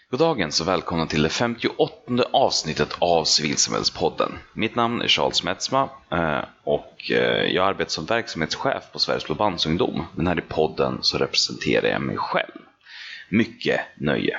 Goddagens och välkomna till det 58:e avsnittet av Civilsamhällspodden. Mitt namn är Charles Metzma och jag arbetar som verksamhetschef på Sveriges Blåbandsungdom. Men här i podden så representerar jag mig själv. Mycket nöje.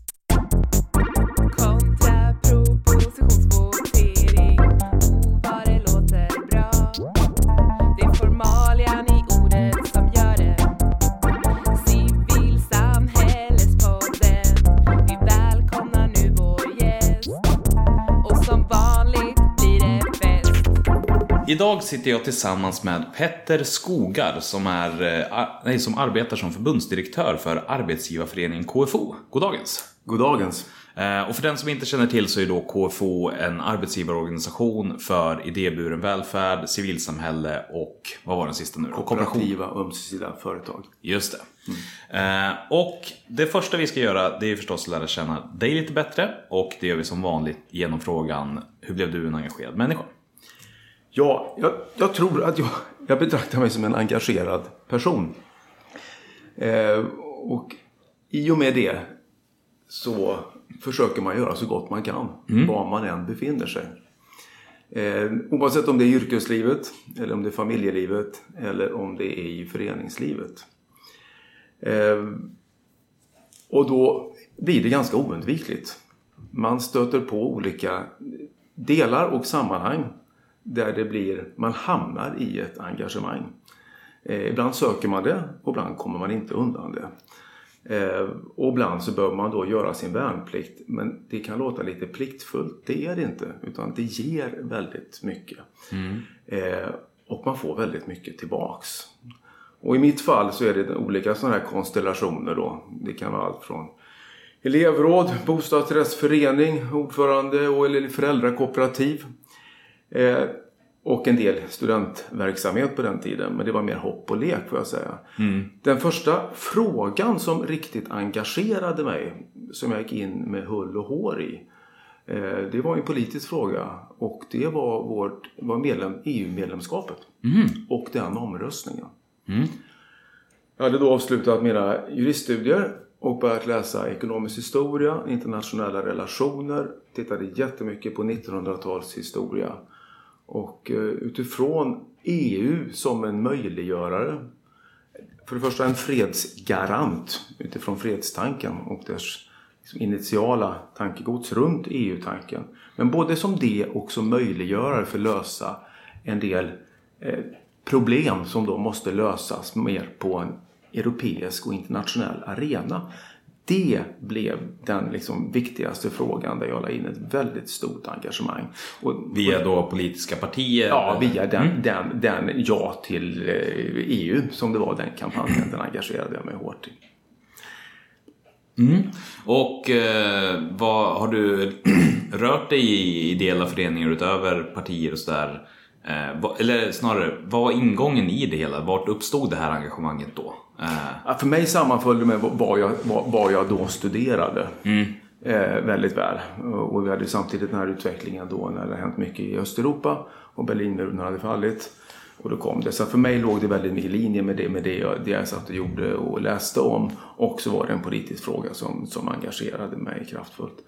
Idag sitter jag tillsammans med Petter Skogar som arbetar som förbundsdirektör för arbetsgivarföreningen KFO. Goddagens. Goddagens. Och för den som inte känner till så är då KFO en arbetsgivarorganisation för idéburen välfärd, civilsamhälle och vad var den sista nu då? Kooperativa ömsesidiga företag. Just det. Och det första vi ska göra det är förstås att lära känna dig lite bättre. Och det gör vi som vanligt genom frågan: hur blev du en engagerad människa? Ja, jag tror att jag betraktar mig som en engagerad person. Och i och med det så försöker man göra så gott man kan. Var man än befinner sig. Oavsett om det är i yrkeslivet, eller om det är familjelivet, eller om det är i föreningslivet. Och då blir det ganska oundvikligt. Man stöter på olika delar och sammanhang där man hamnar i ett engagemang. Ibland söker man det och ibland kommer man inte undan det. Och ibland så bör man då göra sin värnplikt, men det kan låta lite pliktfullt. Det är det inte, utan det ger väldigt mycket. Och man får väldigt mycket tillbaks. Och i mitt fall så är det olika sådana här konstellationer då. Det kan vara allt från elevråd, bostadsrättsförening, ordförande eller föräldrakooperativ. Och en del studentverksamhet på den tiden. Men det var mer hopp och lek, får jag säga. Den första frågan som riktigt engagerade mig, som jag gick in med hull och hår i, det var en politisk fråga. Och det var EU-medlemskapet. Och den omröstningen. Jag hade då avslutat mina juriststudier och börjat läsa ekonomisk historia, internationella relationer. Tittade jättemycket på 1900-tals historia. Och utifrån EU som en möjliggörare, för det första en fredsgarant utifrån fredstanken och dess initiala tankegods runt EU-tanken. Men både som det och som möjliggörare för att lösa en del problem som då måste lösas mer på en europeisk och internationell arena. Det blev den viktigaste frågan där jag la in ett väldigt stort engagemang. Via då politiska partier? Ja, via den ja till EU som det var den kampanjen. Den engagerade jag mig hårt i. Och vad har du rört dig i ideella föreningar utöver partier och sådär? Eller snarare, vad var ingången i det hela? Vart uppstod det här engagemanget då? För mig sammanföljde med vad jag då studerade väldigt väl. Och vi hade samtidigt den här utvecklingen då när det hänt mycket i Östeuropa och Berlinmuren hade fallit. Och då kom det. Så för mig låg det väldigt mycket i linje med det jag satt och gjorde och läste om. Och så var det en politisk fråga som engagerade mig kraftfullt.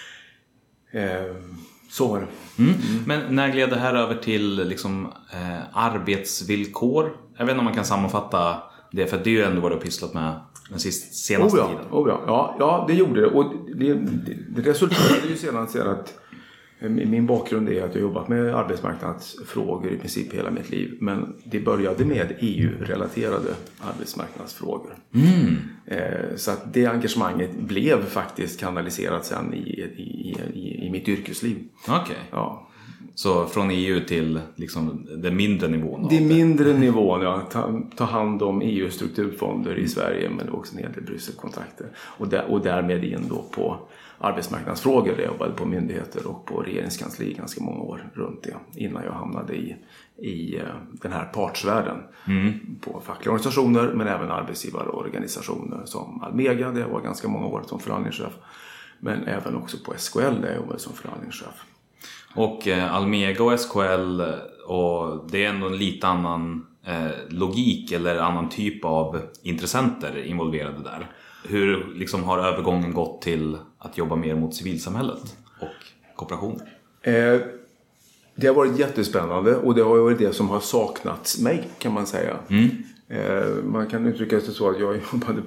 Så var det. Men när gled det här över till arbetsvillkor? Jag vet inte om man kan sammanfatta det, för det är ju ändå vad du har pysslat med den senaste tiden. Ja, det gjorde det. Och det resulterade ju sedan att min bakgrund är att jag jobbat med arbetsmarknadsfrågor i princip hela mitt liv. Men det började med EU-relaterade arbetsmarknadsfrågor. Så att det engagemanget blev faktiskt kanaliserat sen i mitt yrkesliv. Okej. Ja. Så från EU till den mindre nivån? Det mindre nivån, ja. Ta hand om EU-strukturfonder i Sverige, men också en hel del Brysselkontakter. Och därmed in då på arbetsmarknadsfrågor. Jag jobbade på myndigheter och på regeringskansli ganska många år runt det. Innan jag hamnade i den här partsvärlden. På fackliga organisationer, men även arbetsgivarorganisationer som Almega, där jag var ganska många år som förhandlingschef. Men även också på SKL där jag jobbade som förhandlingschef. Och Almega och SKL, och det är ändå en lite annan logik eller annan typ av intressenter involverade där. hur liksom har övergången gått till att jobba mer mot civilsamhället och kooperation? Det har varit jättespännande och det har varit det som har saknats mig, kan man säga. Man kan uttrycka sig så att jag jobbade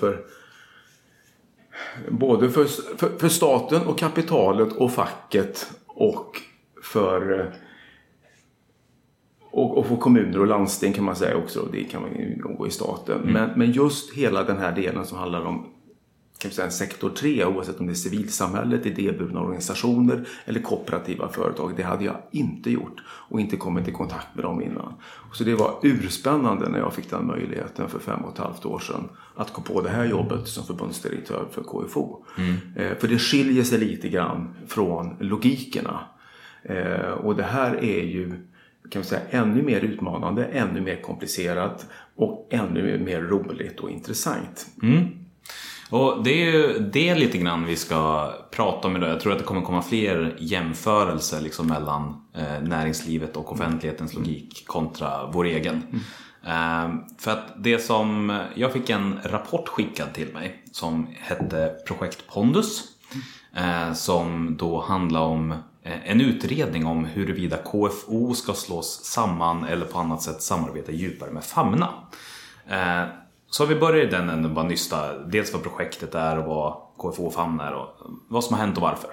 både för staten och kapitalet och facket och för kommuner och landsting, kan man säga också. Det kan man ju gå i staten. Men just hela den här delen som handlar om, kan vi säga, sektor 3, oavsett om det är civilsamhället, idéburna organisationer eller kooperativa företag, det hade jag inte gjort och inte kommit i kontakt med dem innan. Så det var urspännande när jag fick den möjligheten för 5,5 år sedan att gå på det här jobbet som förbundsdirektör för KFO. För det skiljer sig lite grann från logikerna. Och det här är ju, kan vi säga, ännu mer utmanande, ännu mer komplicerat och ännu mer roligt och intressant. Och det är ju det lite grann vi ska prata om idag. Jag tror att det kommer komma fler jämförelser liksom mellan näringslivet och offentlighetens logik kontra vår egen. För att det som, jag fick en rapport skickad till mig som hette Projekt Pondus, som då handlar om en utredning om huruvida KFO ska slås samman eller på annat sätt samarbeta djupare med Famna. Så vi börjar i den änden bara nysta dels vad projektet är och vad KFO och Famna är och vad som har hänt och varför.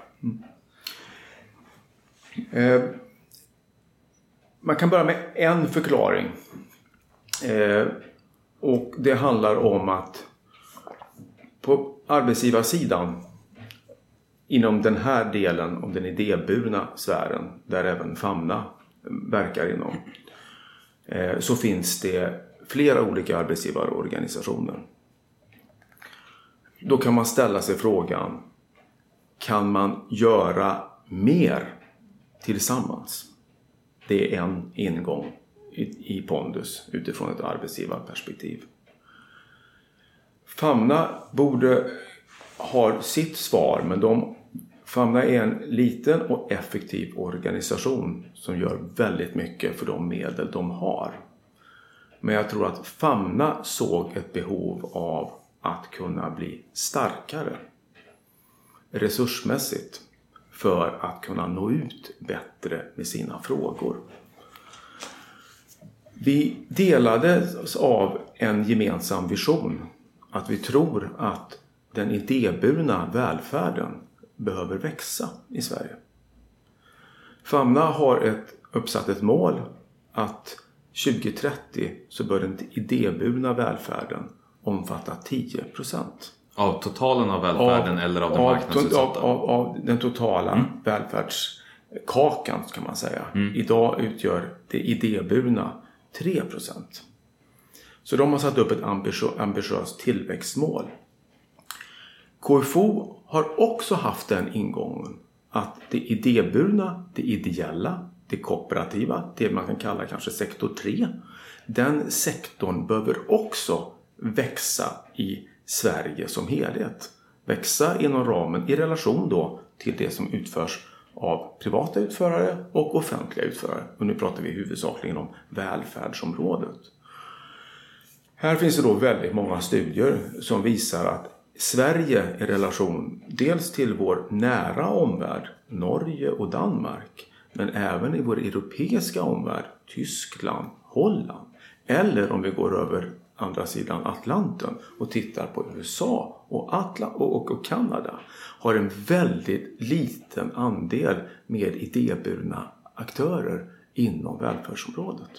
Man kan börja med en förklaring. Och det handlar om att på arbetsgivarsidan, inom den här delen om den idéburna sfären, där även Famna verkar inom, så finns det flera olika arbetsgivarorganisationer. Då kan man ställa sig frågan, kan man göra mer tillsammans? Det är en ingång i Pondus utifrån ett arbetsgivarperspektiv. Famna borde ha sitt svar, men Famna är en liten och effektiv organisation som gör väldigt mycket för de medel de har. Men jag tror att Famna såg ett behov av att kunna bli starkare resursmässigt för att kunna nå ut bättre med sina frågor. Vi delades av en gemensam vision, att vi tror att den idéburna välfärden behöver växa i Sverige. Famna har uppsatt ett mål att 2030 så bör den idéburna välfärden omfatta 10%. Av totalen av välfärden eller av den marknadsutsatta? Av den totala välfärdskakan, kan man säga. Idag utgör det idéburna 3%. Så de har satt upp ett ambitiöst tillväxtmål. KFO har också haft den ingången att det idéburna, det ideella, det kooperativa, det man kan kalla kanske sektor 3, den sektorn behöver också växa i Sverige som helhet. Växa inom ramen i relation då till det som utförs av privata utförare och offentliga utförare. Och nu pratar vi huvudsakligen om välfärdsområdet. Här finns det då väldigt många studier som visar att Sverige i relation dels till vår nära omvärld, Norge och Danmark, men även i vår europeiska omvärld, Tyskland, Holland, eller om vi går över andra sidan Atlanten och tittar på USA och Kanada, har en väldigt liten andel med idéburna aktörer inom välfärdsområdet.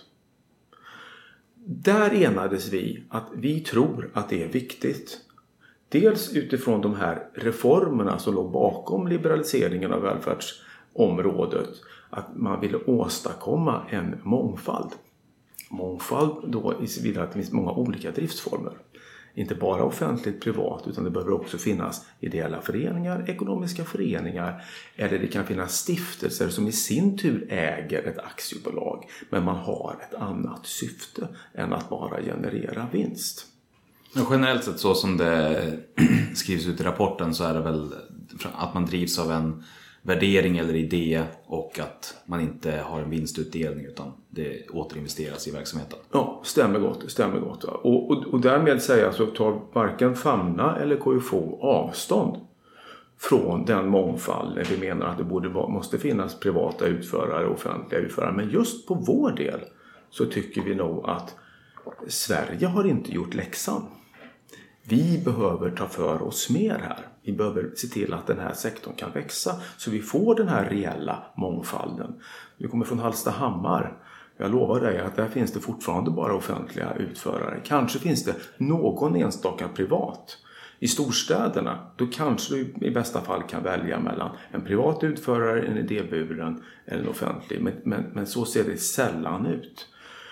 Där enades vi att vi tror att det är viktigt. Dels utifrån de här reformerna som låg bakom liberaliseringen av välfärdsområdet, att man ville åstadkomma en mångfald. Mångfald då i civila att det finns många olika driftsformer. Inte bara offentligt privat, utan det behöver också finnas ideella föreningar, ekonomiska föreningar, eller det kan finnas stiftelser som i sin tur äger ett aktiebolag, men man har ett annat syfte än att bara generera vinst. Men generellt sett, så som det skrivs ut i rapporten, så är det väl att man drivs av en värdering eller idé och att man inte har en vinstutdelning utan det återinvesteras i verksamheten. Ja, stämmer gott. Och därmed säga så tar varken Famna eller KFO avstånd från den mångfald när vi menar att det måste finnas privata utförare och offentliga utförare. Men just på vår del så tycker vi nog att Sverige har inte gjort läxan. Vi behöver ta för oss mer här. Vi behöver se till att den här sektorn kan växa så vi får den här reella mångfalden. Vi kommer från Hallstahammar. Jag lovar dig att där finns det fortfarande bara offentliga utförare. Kanske finns det någon enstaka privat. I storstäderna då kanske du i bästa fall kan välja mellan en privat utförare, en idéburen eller en offentlig. Men så ser det sällan ut.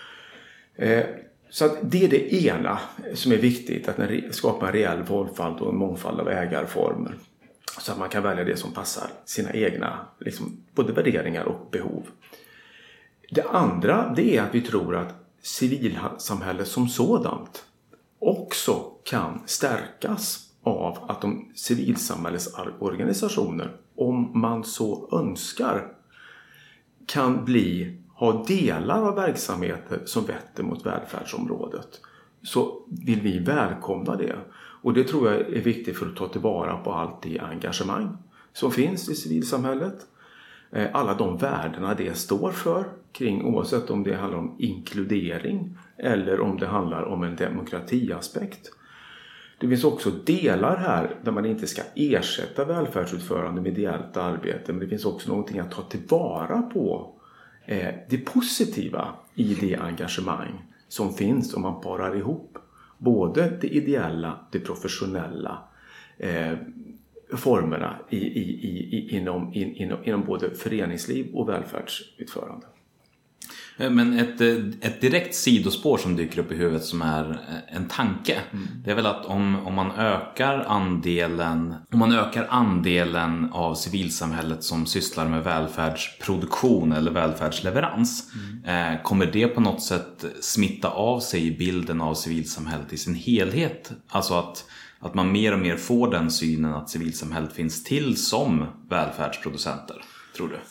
Så att det är det ena som är viktigt, att skapa en reell mångfald och en mångfald av ägarformer. Så att man kan välja det som passar sina egna både värderingar och behov. Det andra det är att vi tror att civilsamhället som sådant också kan stärkas av att de civilsamhällesorganisationer, om man så önskar, kan ha delar av verksamheter som vetter mot välfärdsområdet. Så vill vi välkomna det. Och det tror jag är viktigt för att ta tillvara på allt det engagemang som finns i civilsamhället. Alla de värdena det står för kring, oavsett om det handlar om inkludering eller om det handlar om en demokratiaspekt. Det finns också delar här där man inte ska ersätta välfärdsutförande med ideellt arbete, men det finns också någonting att ta tillvara på. Det positiva i det engagemang som finns om man parar ihop både det ideella, det professionella formerna inom både föreningsliv och välfärdsutförande. Men ett direkt sidospår som dyker upp i huvudet som är en tanke, det är väl att om man ökar andelen av civilsamhället som sysslar med välfärdsproduktion eller välfärdsleverans, kommer det på något sätt smitta av sig i bilden av civilsamhället i sin helhet? Alltså att man mer och mer får den synen att civilsamhället finns till som välfärdsproducenter, tror du?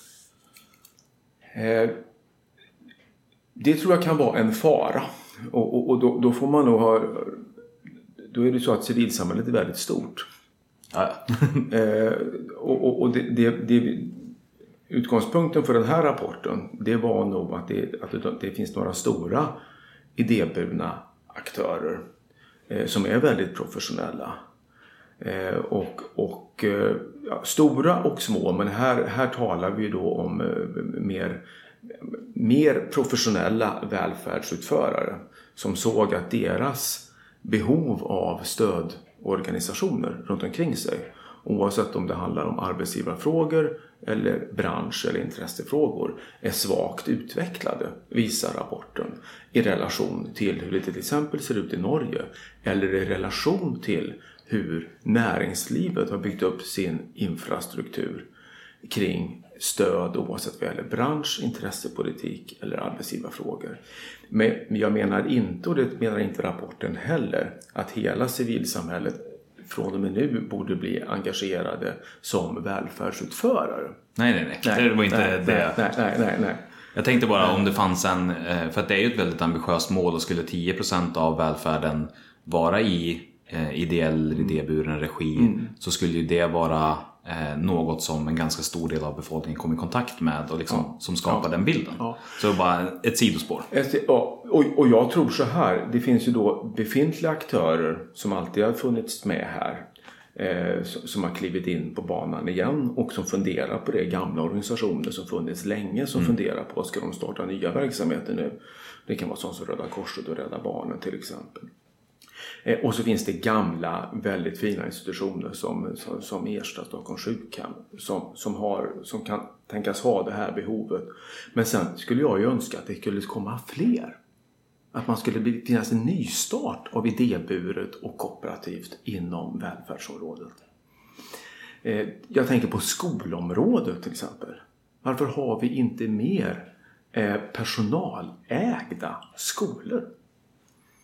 Det tror jag kan vara en fara. Och då får man nog då är det så att civilsamhället är väldigt stort. Ja. Och utgångspunkten för den här rapporten, det var nog att det finns några stora idéburna aktörer som är väldigt professionella. Stora och små, men här talar vi då om mer professionella välfärdsutförare som såg att deras behov av stödorganisationer runt omkring sig, oavsett om det handlar om arbetsgivarfrågor eller bransch- eller intressefrågor, är svagt utvecklade, visar rapporten, i relation till hur det till exempel ser ut i Norge eller i relation till hur näringslivet har byggt upp sin infrastruktur kring stöd oavsett vad gäller bransch, intressepolitik eller arbetsgivarfrågor. Men jag menar inte, och det menar inte rapporten heller, att hela civilsamhället från och med nu borde bli engagerade som välfärdsutförare. Nej. Det var inte det. Nej. Jag tänkte bara om det fanns för att det är ju ett väldigt ambitiöst mål, och skulle 10% av välfärden vara i ideell idéburen regi, så skulle ju det vara något som en ganska stor del av befolkningen kommer i kontakt med och som skapar den bilden. Ja. Så bara ett sidospår. Och jag tror så här, det finns ju då befintliga aktörer som alltid har funnits med här, som har klivit in på banan igen och som funderar på det, gamla organisationer som funnits länge som funderar på, ska de starta nya verksamheter nu? Det kan vara sånt som Röda Korset och Rädda Barnen till exempel. Och så finns det gamla, väldigt fina institutioner som Ersta, Stockholms sjukhem, som kan tänkas ha det här behovet. Men sen skulle jag ju önska att det skulle komma fler. Att man skulle finnas en nystart av idéburet och kooperativt inom välfärdsområdet. Jag tänker på skolområdet till exempel. Varför har vi inte mer personalägda skolor?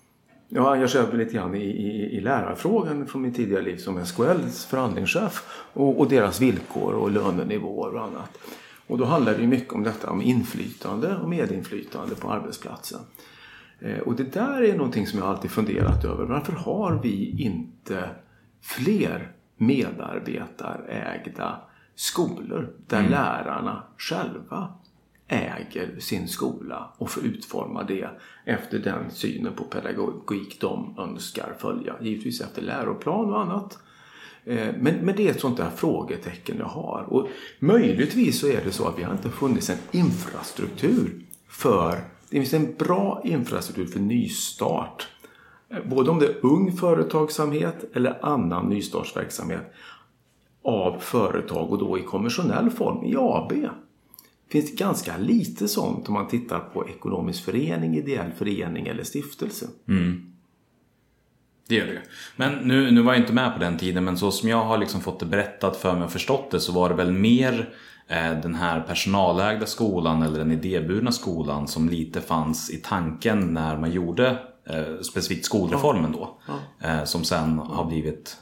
Jag har engagerat mig lite grann i lärarfrågan från min tidigare liv som SKLs förhandlingschef och deras villkor och lönenivåer och annat. Och då handlar det ju mycket om detta om inflytande och medinflytande på arbetsplatsen. Och det där är någonting som jag alltid funderat över. Varför har vi inte fler medarbetarägda skolor där lärarna själva äger sin skola och får utforma det efter den synen på pedagogik de önskar följa. Givetvis efter läroplan och annat. Men det är ett sånt där frågetecken jag har. Och möjligtvis så är det så att vi har inte funnits en infrastruktur det finns en bra infrastruktur för nystart. Både om det är ung företagsamhet eller annan nystartsverksamhet av företag och då i konventionell form, i AB. Det finns ganska lite sånt om man tittar på ekonomisk förening, ideell förening eller stiftelse. Det gör det. Men nu var jag inte med på den tiden, men så som jag har liksom fått det berättat för mig och förstått det, så var det väl mer den här personalägda skolan eller den idéburna skolan som lite fanns i tanken när man gjorde specifikt skolreformen då. Som sen har blivit...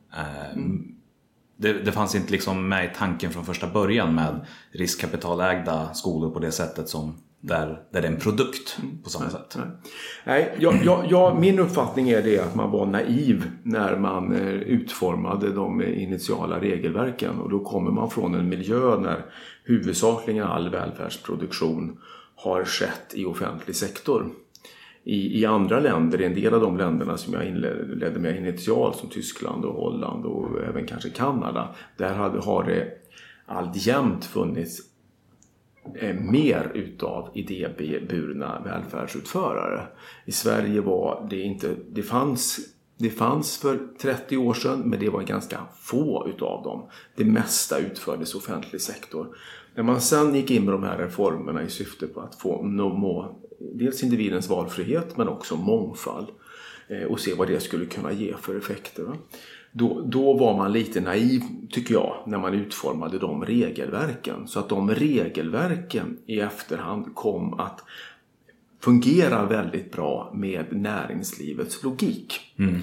Det fanns inte liksom med i tanken från första början med riskkapitalägda skolor på det sättet som där det är en produkt på samma sätt. Nej, min uppfattning är det att man var naiv när man utformade de initiala regelverken. Och då kommer man från en miljö när huvudsakligen all välfärdsproduktion har skett i offentlig sektor. I andra länder, en del av de länderna som jag inledde med initialt som Tyskland och Holland och även kanske Kanada, där har det alltjämt funnits mer utav idéburna välfärdsutförare. I Sverige var det inte, det fanns för 30 år sedan, men det var ganska få utav dem. Det mesta utfördes offentlig sektor. När man sen gick in med de här reformerna i syfte på att få dels individens valfrihet men också mångfald och se vad det skulle kunna ge för effekter. Då var man lite naiv, tycker jag, när man utformade de regelverken. Så att de regelverken i efterhand kom att fungera väldigt bra med näringslivets logik.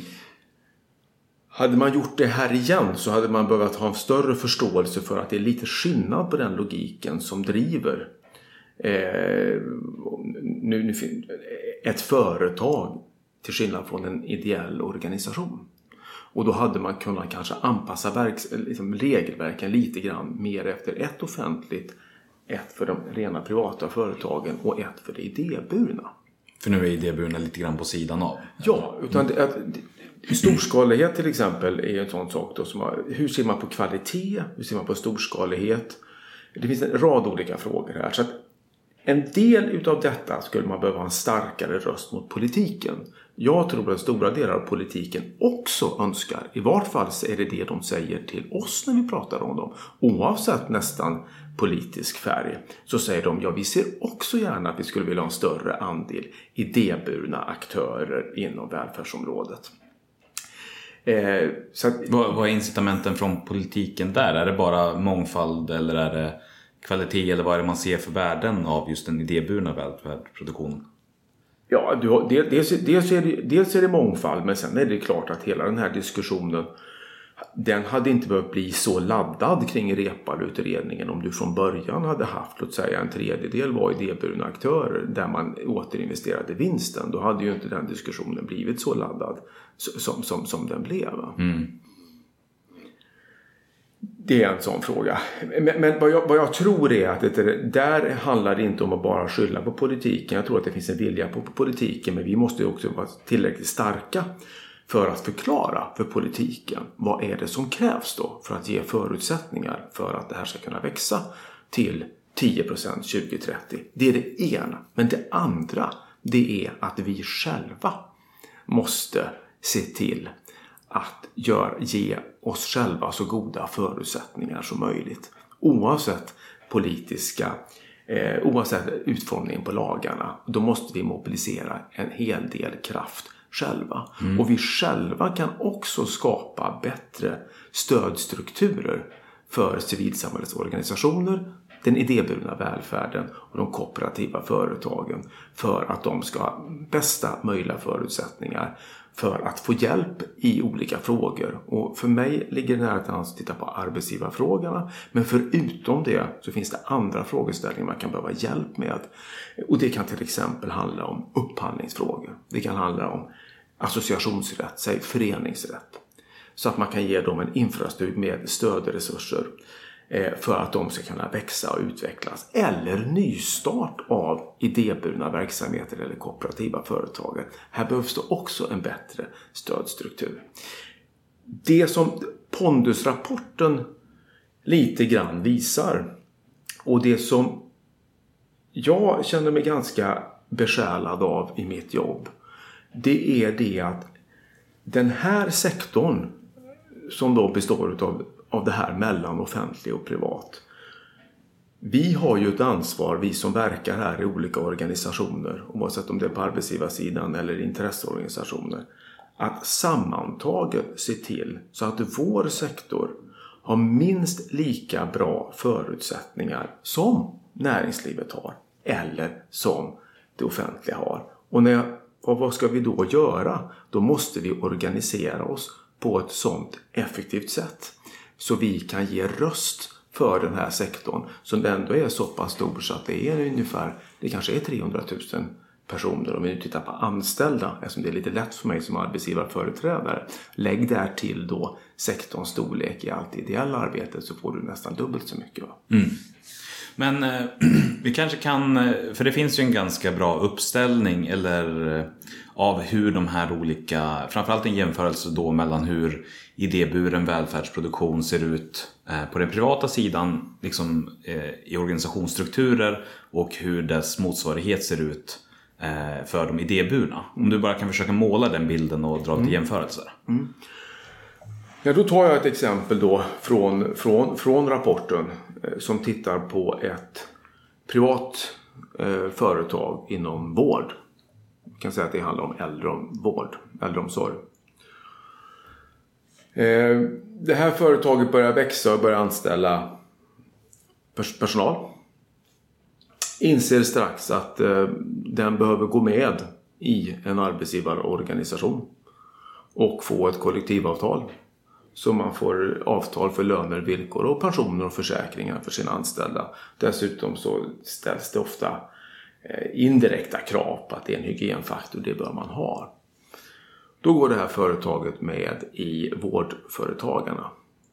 Hade man gjort det här igen så hade man behövt ha en större förståelse för att det är lite skillnad på den logiken som driver ett företag till skillnad från en ideell organisation. Och då hade man kunnat kanske anpassa regelverken lite grann mer efter ett offentligt, ett för de rena privata företagen och ett för det idéburna. För nu är idéburna lite grann på sidan av. Ja, utan storskalighet till exempel är en sån sak då, hur ser man på kvalitet, hur ser man på storskalighet? Det finns en rad olika frågor här. Så att en del utav detta skulle man behöva ha en starkare röst mot politiken. Jag tror att stora delar av politiken också önskar. I vart fall så är det de säger till oss när vi pratar om dem. Oavsett nästan politisk färg så säger de, ja, vi ser också gärna att vi skulle vilja ha en större andel idéburna aktörer inom välfärdsområdet. Vad är incitamenten från politiken där? Är det bara mångfald eller är det kvalitet eller vad är det man ser för värden av just den idéburna välfärdsproduktionen? Ja, dels är det mångfald, men sen är det klart att hela den här diskussionen, den hade inte behövt bli så laddad kring Reepalu-utredningen om du från början hade haft, låt säga, en tredjedel var idéburna aktörer där man återinvesterade vinsten. Då hade ju inte den diskussionen blivit så laddad som den blev. Det är en sån fråga. Men vad jag tror är att där handlar det inte om att bara skylla på politiken. Jag tror att det finns en vilja på politiken, men vi måste också vara tillräckligt starka för att förklara för politiken vad är det som krävs då för att ge förutsättningar för att det här ska kunna växa till 10% 2030. Det är det ena. Men det andra, det är att vi själva måste se till att ge oss själva så goda förutsättningar som möjligt. Oavsett oavsett utformningen på lagarna, då måste vi mobilisera en hel del kraft själva. Och vi själva kan också skapa bättre stödstrukturer för civilsamhällets organisationer den idéburna välfärden och de kooperativa företagen för att de ska ha bästa möjliga förutsättningar för att få hjälp i olika frågor. Och för mig ligger det nära till hands att titta på arbetsgivarfrågorna. Men förutom det så finns det andra frågeställningar man kan behöva hjälp med. Och det kan till exempel handla om upphandlingsfrågor. Det kan handla om associationsrätt, säg föreningsrätt. Så att man kan ge dem en infrastruktur med stödresurser för att de ska kunna växa och utvecklas. Eller nystart av idéburna verksamheter eller kooperativa företag. Här behövs det också en bättre stödstruktur. Det som Pondusrapporten lite grann visar och det som jag känner mig ganska besjälad av i mitt jobb, det är det att den här sektorn som då består av det här mellan offentlig och privat. Vi har ju ett ansvar, vi som verkar här i olika organisationer, oavsett om det är på arbetsgivarsidan eller intresseorganisationer, att sammantaget se till så att vår sektor har minst lika bra förutsättningar som näringslivet har eller som det offentliga har. Och vad ska vi då göra? Då måste vi organisera oss på ett sådant effektivt sätt så vi kan ge röst för den här sektorn som ändå är så pass stor så att det kanske är 300 000 personer om vi nu tittar på anställda, eftersom det är lite lätt för mig som arbetsgivarföreträdare. Lägg där till då sektorns storlek i allt ideella arbetet så får du nästan dubbelt så mycket. Men vi kanske kan, för det finns ju en ganska bra uppställning av hur de här olika, framförallt en jämförelse då mellan hur idéburen välfärdsproduktion ser ut på den privata sidan liksom, i organisationsstrukturer och hur dess motsvarighet ser ut för de idéburna. Om du bara kan försöka måla den bilden och dra till jämförelser. Ja, då tar jag ett exempel då från rapporten som tittar på ett privat företag inom vård. Jag kan säga att det handlar om äldreomsorg. Det här företaget börjar växa och börjar anställa personal. Inser strax att den behöver gå med i en arbetsgivarorganisation och få ett kollektivavtal. Så man får avtal för löner, villkor och pensioner och försäkringar för sina anställda. Dessutom så ställs det ofta indirekta krav på att det är en hygienfaktor, det bör man ha. Då går det här företaget med i Vårdföretagarna.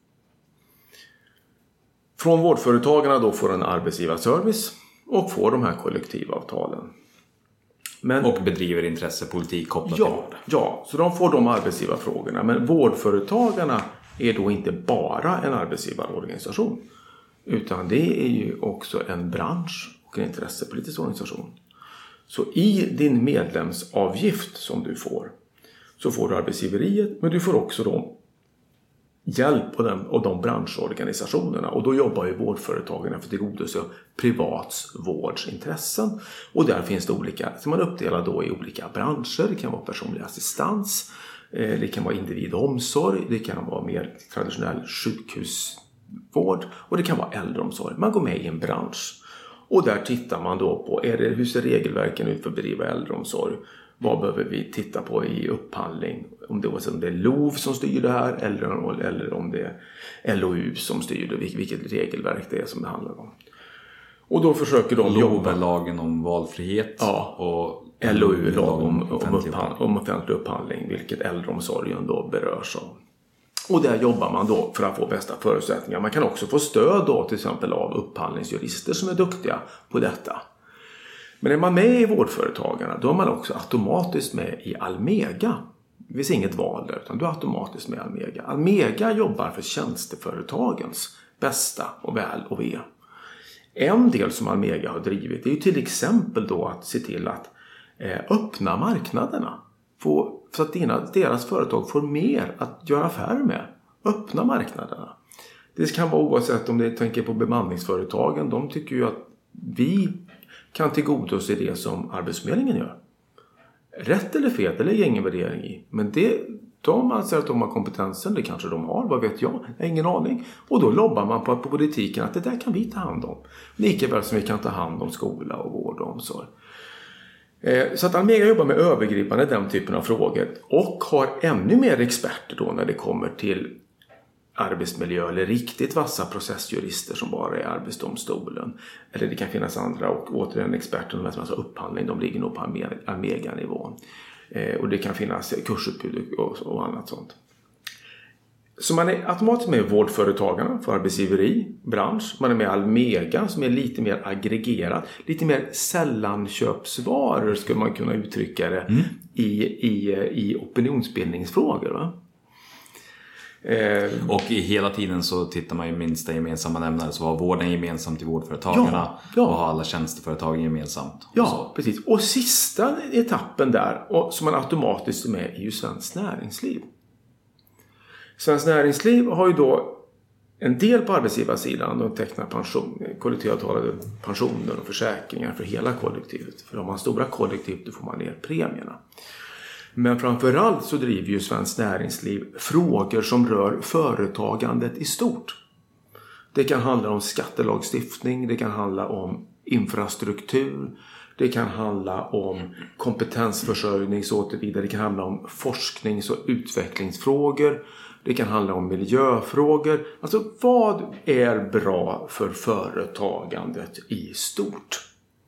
Från Vårdföretagarna då får en arbetsgivarservice och får de här kollektivavtalen. Och bedriver intressepolitik kopplat till vård. Ja, så de får de arbetsgivarfrågorna. Men Vårdföretagarna är då inte bara en arbetsgivarorganisation. Utan det är ju också en bransch och en intressepolitisk organisation. Så i din medlemsavgift som du får så får du arbetsgiveriet, men du får också då hjälp av de branschorganisationerna. Och då jobbar ju Vårdföretagarna för att tillgodose privatvårdsintressen. Och där finns det olika, som man uppdelar då i olika branscher. Det kan vara personlig assistans, det kan vara individomsorg, det kan vara mer traditionell sjukhusvård och det kan vara äldreomsorg. Man går med i en bransch. Och där tittar man då på, hur ser regelverken ut för att bedriva äldreomsorg? Vad behöver vi titta på i upphandling? Om det är LOV som styr det här eller om det är LOU som styr det. Vilket regelverk det är som det handlar om. Och då försöker de jobba. LOV-lagen om valfrihet. Ja, och LOU-lag om offentlig upphandling. Vilket äldreomsorgen då berörs av. Och där jobbar man då för att få bästa förutsättningar. Man kan också få stöd då till exempel av upphandlingsjurister som är duktiga på detta. Men är man med i Vårdföretagarna då är man också automatiskt med i Almega. Det finns inget val där utan du är automatiskt med i Almega. Almega jobbar för tjänsteföretagens bästa och väl och ve. En del som Almega har drivit är ju till exempel då att se till att öppna marknaderna. Så att deras företag får mer att göra affärer med. Öppna marknaderna. Det kan vara oavsett om det tänker på bemanningsföretagen. De tycker ju att vi kan tillgodose det som Arbetsförmedlingen gör. Rätt eller fel, det lägger ingen värdering i. Men det De anser att de har kompetensen, det kanske de har, vad vet jag har ingen aning. Och då lobbar man på politiken att det där kan vi ta hand om. Lika väl som vi kan ta hand om skola och vård och omsorg. Så att Almega jobbar med övergripande den typen av frågor och har ännu mer experter då när det kommer till arbetsmiljö eller riktigt vassa processjurister som bara är Arbetsdomstolen. Eller det kan finnas andra och återigen experter som har upphandling, de ligger nog på Almega-nivån. Och det kan finnas kursutbud och annat sånt. Så man är automatiskt med vårdföretagarna för arbetsgiveri, bransch. Man är med Almega som är lite mer aggregerad. Lite mer sällanköpsvaror skulle man kunna uttrycka det i opinionsbildningsfrågor. Va? Och hela tiden så tittar man ju minsta gemensamma nämnare. Så har vården gemensamt i vårdföretagarna och har alla tjänsteföretagen gemensamt. Ja, precis. Och sista etappen där som man automatiskt är med är ju Svenskt Näringsliv. Svenskt Näringsliv har ju då en del på arbetsgivarsidan. De tecknar kollektivavtalade pensioner och försäkringar för hela kollektivet. För om man har stora kollektiv då får man ner premierna. Men framförallt så driver ju Svenskt Näringsliv frågor som rör företagandet i stort. Det kan handla om skattelagstiftning, det kan handla om infrastruktur, det kan handla om kompetensförsörjning så och vidare, det kan handla om forsknings- och utvecklingsfrågor, det kan handla om miljöfrågor. Alltså vad är bra för företagandet i stort?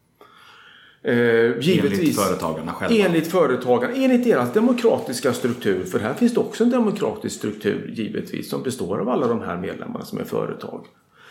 Givetvis, enligt företagarna själva. Enligt deras demokratiska struktur. För här finns det också en demokratisk struktur givetvis som består av alla de här medlemmarna som är företag.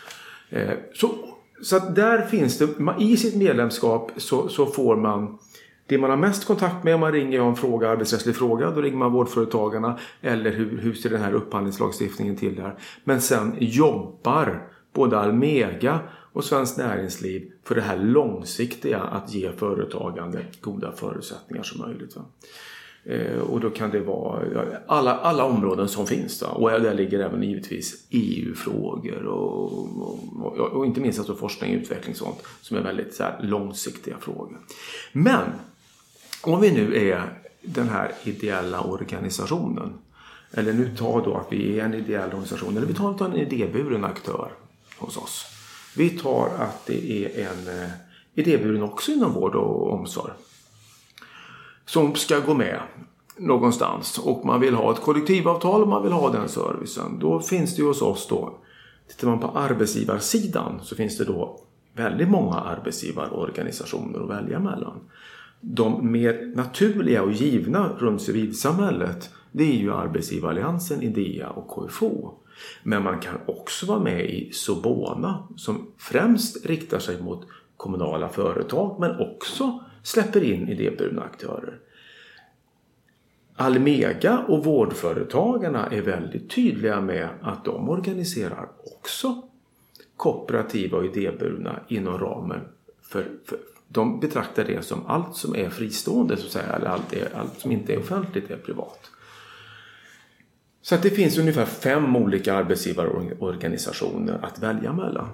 Så att där finns det, i sitt medlemskap så får man det man har mest kontakt med. Om man ringer och har en arbetsrättslig fråga, då ringer man vårdföretagarna. Eller hur ser den här upphandlingslagstiftningen till där. Men sen jobbar både Almega och Svenskt Näringsliv för det här långsiktiga att ge företagande goda förutsättningar som möjligt. Va? Och då kan det vara alla områden som finns. Va? Och där ligger även givetvis EU-frågor och inte minst alltså forskning och utveckling sånt som är väldigt så här långsiktiga frågor. Men om vi nu är den här ideella organisationen, eller nu tar då att vi är en ideell organisation, eller vi tar en idéburen aktör hos oss. Vi tar att det är en idéburen också inom vård och omsorg som ska gå med någonstans och man vill ha ett kollektivavtal och man vill ha den servicen. Då finns det ju hos oss då, tittar man på arbetsgivarsidan så finns det då väldigt många arbetsgivarorganisationer att välja mellan. De mer naturliga och givna runt civilsamhället, det är ju Arbetsgivaralliansen, IDEA och KFO. Men man kan också vara med i Sobona som främst riktar sig mot kommunala företag men också släpper in idéburna aktörer. Almega och vårdföretagarna är väldigt tydliga med att de organiserar också kooperativa och idéburna inom ramen för de betraktar det som allt som är fristående så att säga, eller allt som inte är offentligt är privat. Så att det finns ungefär 5 olika arbetsgivarorganisationer att välja mellan.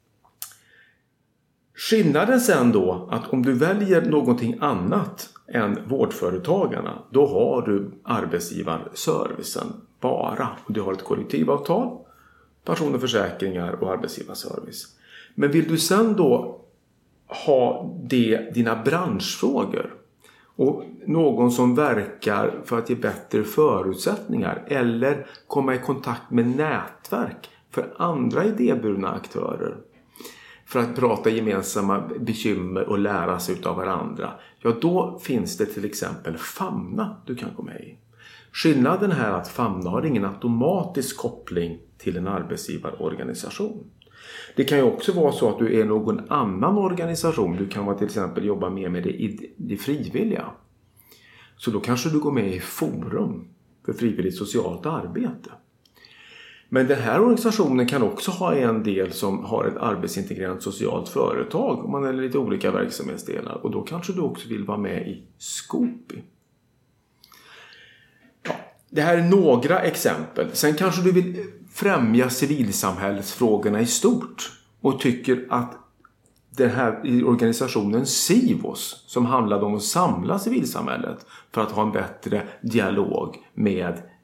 Skillnaden sen då att om du väljer någonting annat än vårdföretagarna, då har du arbetsgivarservicen bara. Du har ett kollektivavtal, pension och försäkringar och arbetsgivarservice. Men vill du sen då ha dina branschfrågor och någon som verkar för att ge bättre förutsättningar eller komma i kontakt med nätverk för andra idéburna aktörer för att prata gemensamma bekymmer och lära sig av varandra, ja då finns det till exempel Famna du kan gå med i. Skillnaden här är att Famna har ingen automatisk koppling till en arbetsgivarorganisation. Det kan ju också vara så att du är någon annan organisation. Du kan till exempel jobba mer med det frivilliga. Så då kanske du går med i Forum för frivilligt socialt arbete. Men den här organisationen kan också ha en del som har ett arbetsintegrerande socialt företag. Om man är lite olika verksamhetsdelar. Och då kanske du också vill vara med i Skopi. Ja, det här är några exempel. Sen kanske du vill främja civilsamhällsfrågorna i stort. Och tycker att den här organisationen Sivos som handlade om att samla civilsamhället för att ha en bättre dialog med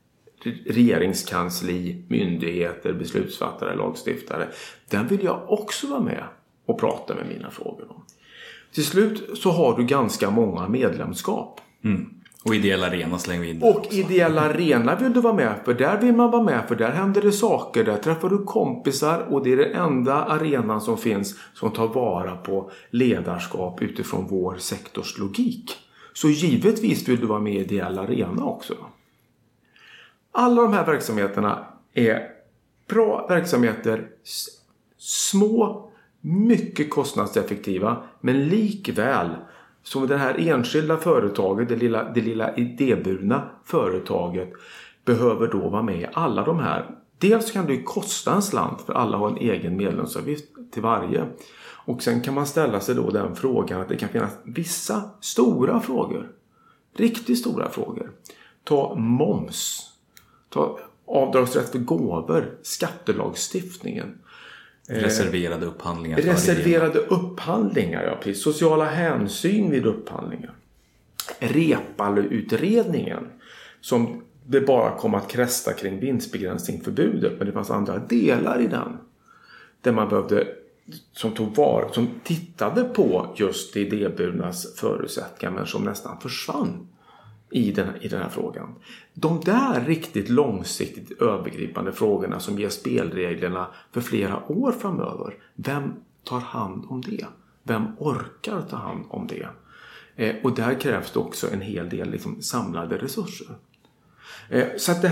regeringskansli, myndigheter, beslutsfattare, lagstiftare. Den vill jag också vara med och prata med mina frågor om. Till slut så har du ganska många medlemskap. Och ideella arena slänger vi in. Och ideella arena vill du vara med för. Där vill man vara med för. Där händer det saker. Där träffar du kompisar. Och det är den enda arenan som finns som tar vara på ledarskap utifrån vår sektors logik. Så givetvis vill du vara med i ideella arena också. Alla de här verksamheterna är bra verksamheter. Små, mycket kostnadseffektiva. Men likväl som det här enskilda företaget, det lilla idéburna företaget, behöver då vara med i alla de här. Dels kan det kosta en slant för alla har en egen medlemsavgift till varje. Och sen kan man ställa sig då den frågan att det kan finnas vissa stora frågor. Riktigt stora frågor. Ta moms. Ta avdragsrätt för gåvor. Skattelagstiftningen. Reserverade upphandlingar. Reserverade upphandlingar, ja precis. Sociala hänsyn vid upphandlingar. Reepaluutredningen som det bara kom att krästa kring vinstbegränsningsförbudet, men det fanns andra delar i den där man behövde som tittade på just idéburnas förutsättningar men som nästan försvann i den här frågan. De där riktigt långsiktigt övergripande frågorna som ger spelreglerna för flera år framöver. Vem tar hand om det? Vem orkar ta hand om det? Och där krävs det också en hel del samlade resurser. Så att det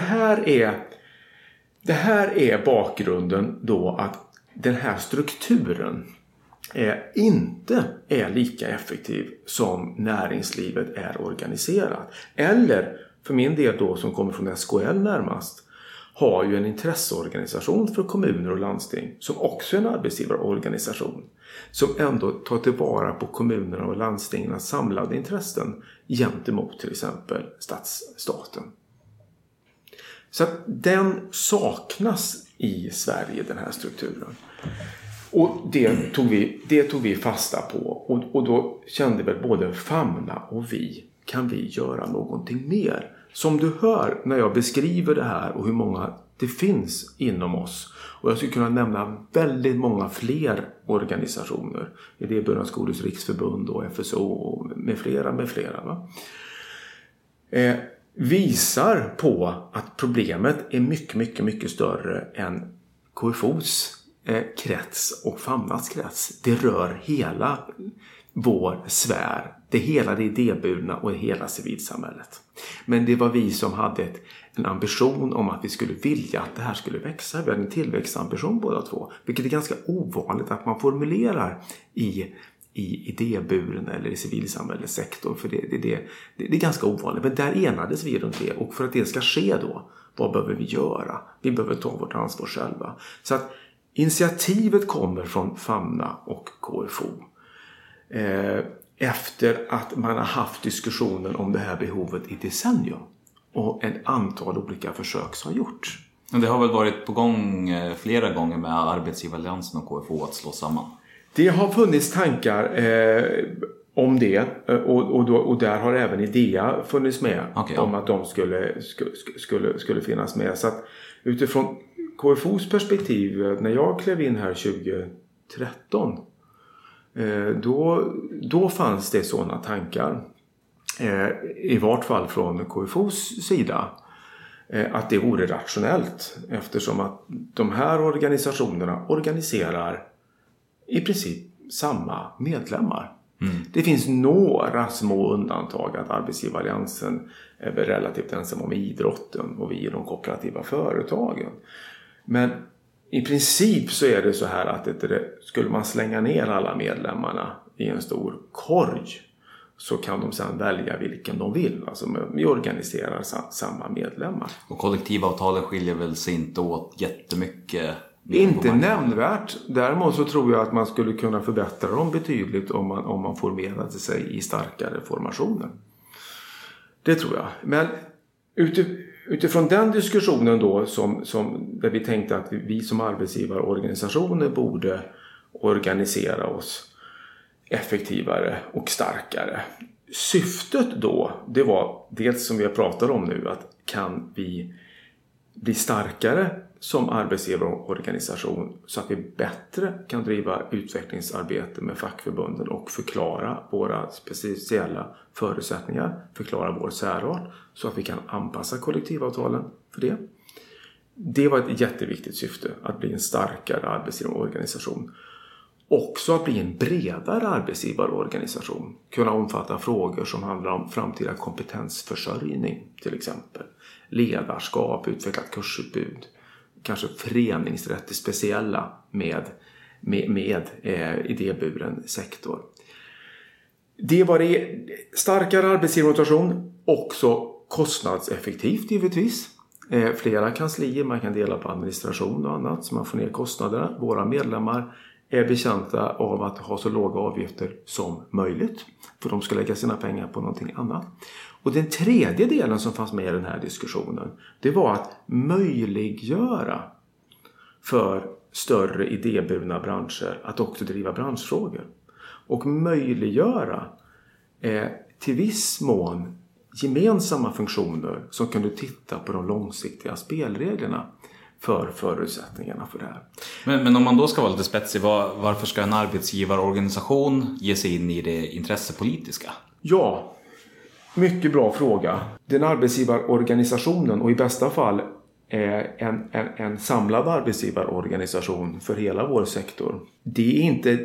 här är bakgrunden då att den här strukturen inte är lika effektiv som näringslivet är organiserat. Eller för min del då som kommer från SKL närmast har ju en intresseorganisation för kommuner och landsting som också är en arbetsgivarorganisation som ändå tar tillvara på kommunerna och landstingens samlade intressen gentemot till exempel staten. Så att den saknas i Sverige, den här strukturen. Och det tog vi fasta på. Och då kände väl både Famna och vi, kan vi göra någonting mer? Som du hör när jag beskriver det här och hur många det finns inom oss. Och jag skulle kunna nämna väldigt många fler organisationer. Idéburna skolors riksförbund och FSO och med flera. Va? Visar på att problemet är mycket större än KFOs krets och Famnas krets. Det rör hela vår sfär. Det hela det idéburna och hela civilsamhället. Men det var vi som hade en ambition om att vi skulle vilja att det här skulle växa. Vi hade en tillväxtambition båda två. Vilket är ganska ovanligt att man formulerar i idéburen eller i civilsamhällessektorn. För det är ganska ovanligt. Men där enades vi runt det. Och för att det ska ske då, vad behöver vi göra? Vi behöver ta vårt ansvar själva. Så att initiativet kommer från Famna och KFO. Efter att man har haft diskussionen om det här behovet i decennium. Och en antal olika försök som har gjorts. Det har väl varit på gång flera gånger med Arbetsgivaralliansen och KFO att slå samman? Det har funnits tankar om det. Och där har även IDEA funnits med. Okay, om att de skulle finnas med. Så att utifrån KFOs perspektiv, när jag klev in här 2013, då fanns det sådana tankar. I vart fall från KFOs sida. Att det vore rationellt. Eftersom att de här organisationerna organiserar i princip samma medlemmar. Det finns några små undantag, att Arbetsgivaralliansen är relativt ensam om idrotten och vi är de kooperativa företagen. Men i princip så är det så här att skulle man slänga ner alla medlemmarna i en stor korg, så kan de sedan välja vilken de vill. Alltså vi organiserar samma medlemmar. Och kollektivavtalen skiljer väl sig inte åt jättemycket? Inte nämnvärt. Däremot så tror jag att man skulle kunna förbättra dem betydligt om man formerade sig i starkare formationer. Det tror jag. Men utifrån den diskussionen då där vi tänkte att vi som arbetsgivarorganisationer borde organisera oss effektivare och starkare. Syftet då, det var dels som vi har pratat om nu, att kan vi bli starkare som arbetsgivarorganisation så att vi bättre kan driva utvecklingsarbete med fackförbunden och förklara våra speciella förutsättningar, förklara vår särart så att vi kan anpassa kollektivavtalen för det. Det var ett jätteviktigt syfte, att bli en starkare arbetsgivarorganisation. Också att bli en bredare arbetsgivarorganisation. Kunna omfatta frågor som handlar om framtida kompetensförsörjning till exempel. Ledarskap, utvecklat kursutbud. Kanske föreningsrätt i speciella med idéburen sektor. Det var det starkare arbetsgivarorganisation. Också kostnadseffektivt givetvis. Flera kanslier, man kan dela på administration och annat så man får ner kostnaderna. Våra medlemmar är betjänta av att ha så låga avgifter som möjligt. För de ska lägga sina pengar på någonting annat. Och den tredje delen som fanns med i den här diskussionen. Det var att möjliggöra för större idéburna branscher att också driva branschfrågor. Och möjliggöra till viss mån gemensamma funktioner som kunde titta på de långsiktiga spelreglerna för förutsättningarna för det här. Men om man då ska vara lite spetsig, varför ska en arbetsgivarorganisation ge sig in i det intressepolitiska? Ja, mycket bra fråga. Den arbetsgivarorganisationen och i bästa fall en samlad arbetsgivarorganisation för hela vår sektor. Det är inte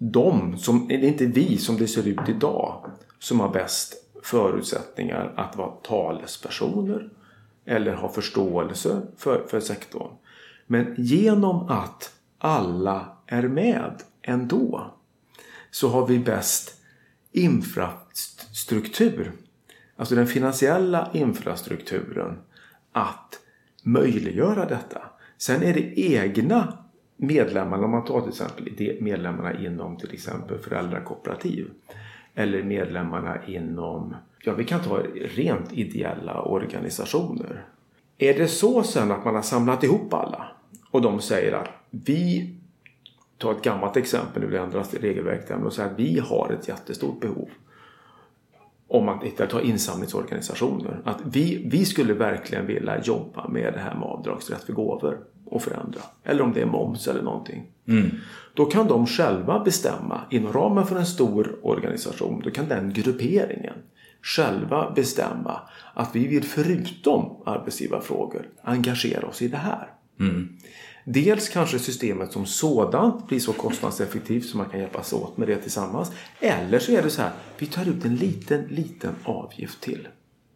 vi som det ser ut idag som har bäst förutsättningar att vara talespersoner eller ha förståelse för sektorn. Men genom att alla är med ändå så har vi bäst infrastruktur, alltså den finansiella infrastrukturen att möjliggöra detta. Sen är det egna medlemmarna, om man tar till exempel medlemmarna inom till exempel föräldrakooperativ eller medlemmarna inom, vi kan ta rent ideella organisationer. Är det så sen att man har samlat ihop alla och de säger att vi tar ett gammalt exempel, nu blir det ändras regelverk och säger att vi har ett jättestort behov om att ta insamlingsorganisationer. Att vi skulle verkligen vilja jobba med det här med avdragsrätt för gåvor och förändra. Eller om det är moms eller någonting. Då kan de själva bestämma inom ramen för en stor organisation. Då kan den grupperingen själva bestämma att vi vill förutom arbetsgivarfrågor engagera oss i det här. Dels kanske systemet som sådant blir så kostnadseffektivt så man kan hjälpas åt med det tillsammans. Eller så är det så här, vi tar ut en liten avgift till.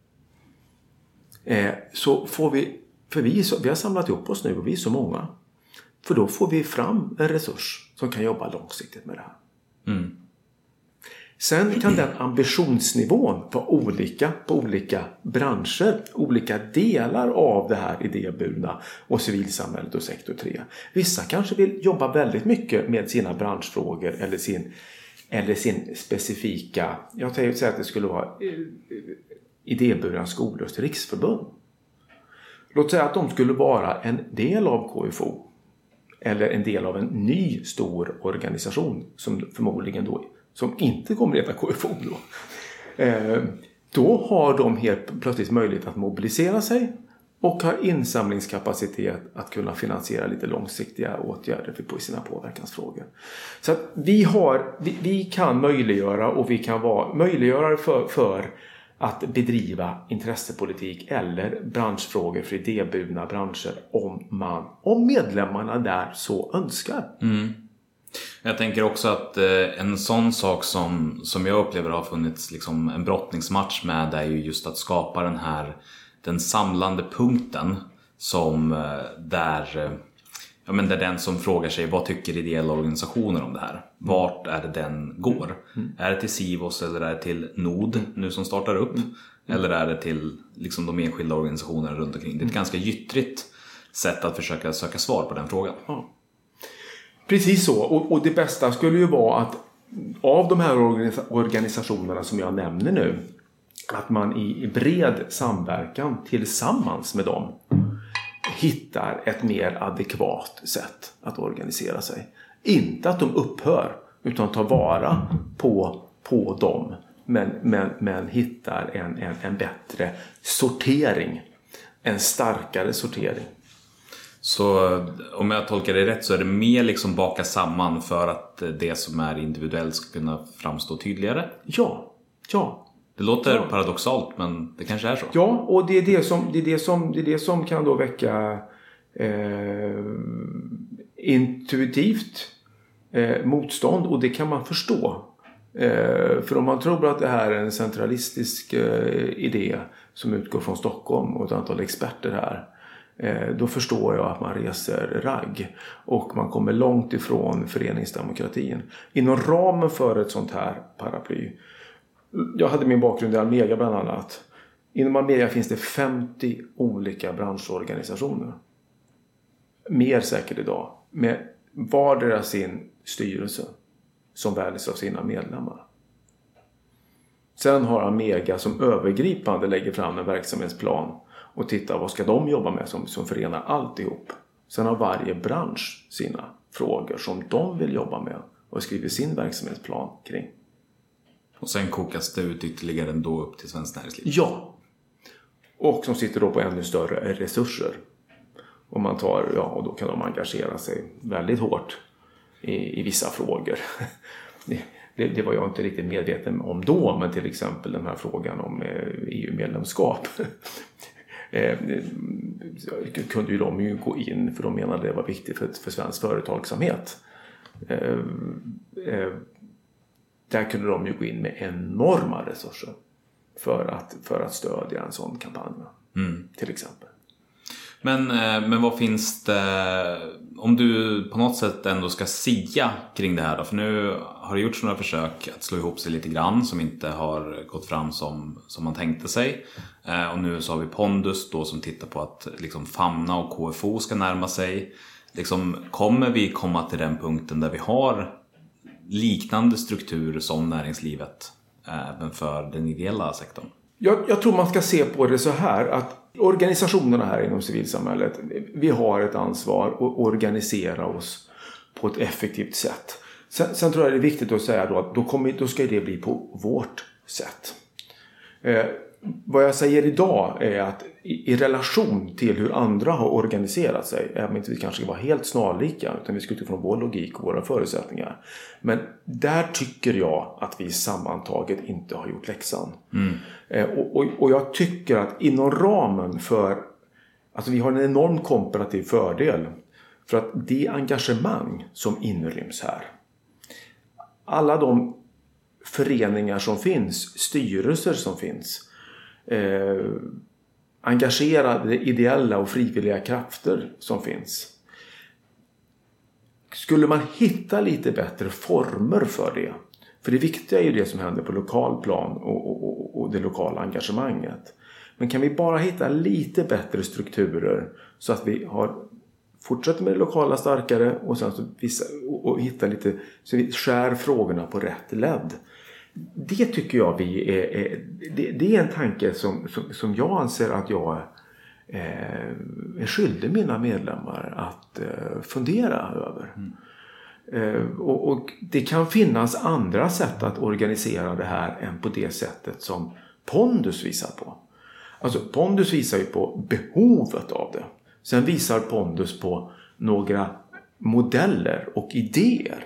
Så får vi, för vi har samlat ihop oss nu och vi är så många. För då får vi fram en resurs som kan jobba långsiktigt med det här. Sen kan den ambitionsnivån vara olika på olika branscher, olika delar av det här idéburna och civilsamhället och sektor 3. Vissa kanske vill jobba väldigt mycket med sina branschfrågor eller sin specifika, jag tänkte säga att det skulle vara idéburna skolors riksförbund. Låt säga att de skulle vara en del av KFO eller en del av en ny stor organisation som förmodligen då som inte kommer att heta KFO då. Då har de helt plötsligt möjlighet att mobilisera sig och har insamlingskapacitet att kunna finansiera lite långsiktiga åtgärder på sina påverkansfrågor. Så att vi kan möjliggöra och vi kan vara möjliggörare för att bedriva intressepolitik eller branschfrågor för idéburna branscher om medlemmarna där så önskar. Jag tänker också att en sån sak som jag upplever har funnits liksom en brottningsmatch med är ju just att skapa den samlande punkten som där den som frågar sig vad tycker ideella organisationer om det här? Vart är det den går? Är det till Sivos eller är det till Nod nu som startar upp? Eller är det till liksom de enskilda organisationerna runt omkring? Det är ett ganska gyttrigt sätt att försöka söka svar på den frågan. Ja. Precis så, och det bästa skulle ju vara att av de här organisationerna som jag nämner nu, att man i bred samverkan tillsammans med dem hittar ett mer adekvat sätt att organisera sig. Inte att de upphör utan tar vara på dem men hittar en bättre sortering en starkare sortering. Så om jag tolkar det rätt så är det mer liksom baka samman för att det som är individuellt ska kunna framstå tydligare? Ja. Det låter paradoxalt, men det kanske är så. Ja, och det är det som kan då väcka intuitivt motstånd, och det kan man förstå. För om man tror att det här är en centralistisk idé som utgår från Stockholm och ett antal experter här, då förstår jag att man reser ragg och man kommer långt ifrån föreningsdemokratin. Inom ramen för ett sånt här paraply, jag hade min bakgrund i Almega bland annat. Inom Almega finns det 50 olika branschorganisationer. Mer säkert idag. Med vardera sin styrelse som väljs av sina medlemmar. Sen har Almega som övergripande lägger fram en verksamhetsplan och tittar vad ska de jobba med som förenar alltihop. Sen har varje bransch sina frågor som de vill jobba med och skriver sin verksamhetsplan kring. Och sen kokas det ut ytterligare ändå upp till Svenskt Näringsliv. Ja. Och som sitter då på ännu större resurser. Och man tar, och då kan de engagera sig väldigt hårt i vissa frågor. Det var jag inte riktigt medveten om då, men till exempel den här frågan om EU-medlemskap. Kunde ju de ju gå in, för de menade det var viktigt för svensk företagsamhet. Där kunde de ju gå in med enorma resurser för att stödja en sån kampanj, till exempel. Men vad finns det, om du på något sätt ändå ska sia kring det här då? För nu har det gjorts några försök att slå ihop sig lite grann som inte har gått fram som man tänkte sig. Och nu så har vi Pondus då som tittar på att liksom Famna och KFO ska närma sig. Liksom, kommer vi komma till den punkten där vi har liknande struktur som näringslivet även för den ideella sektorn? Jag tror man ska se på det så här, att organisationerna här inom civilsamhället, vi har ett ansvar att organisera oss på ett effektivt sätt. Sen tror jag det är viktigt att säga då att då ska det bli på vårt sätt. Vad jag säger idag är att i relation till hur andra har organiserat sig, även om inte vi kanske var helt snarlika utan vi skulle utifrån vår logik och våra förutsättningar. Men där tycker jag att vi sammantaget inte har gjort läxan. Och jag tycker att inom ramen för, alltså vi har en enorm komparativ fördel för att det engagemang som inryms här, alla de föreningar som finns, styrelser som finns, engagerade ideella och frivilliga krafter som finns. Skulle man hitta lite bättre former för det, för det viktiga är ju det som händer på lokal plan och det lokala engagemanget. Men kan vi bara hitta lite bättre strukturer så att vi fortsätter med det lokala starkare och sen så och hitta lite, så vi skär frågorna på rätt led. Det tycker jag det är en tanke som jag anser att jag är skyldig mina medlemmar att fundera över. Och det kan finnas andra sätt att organisera det här än på det sättet som Pondus visar på. Alltså Pondus visar ju på behovet av det. Sen visar Pondus på några modeller och idéer.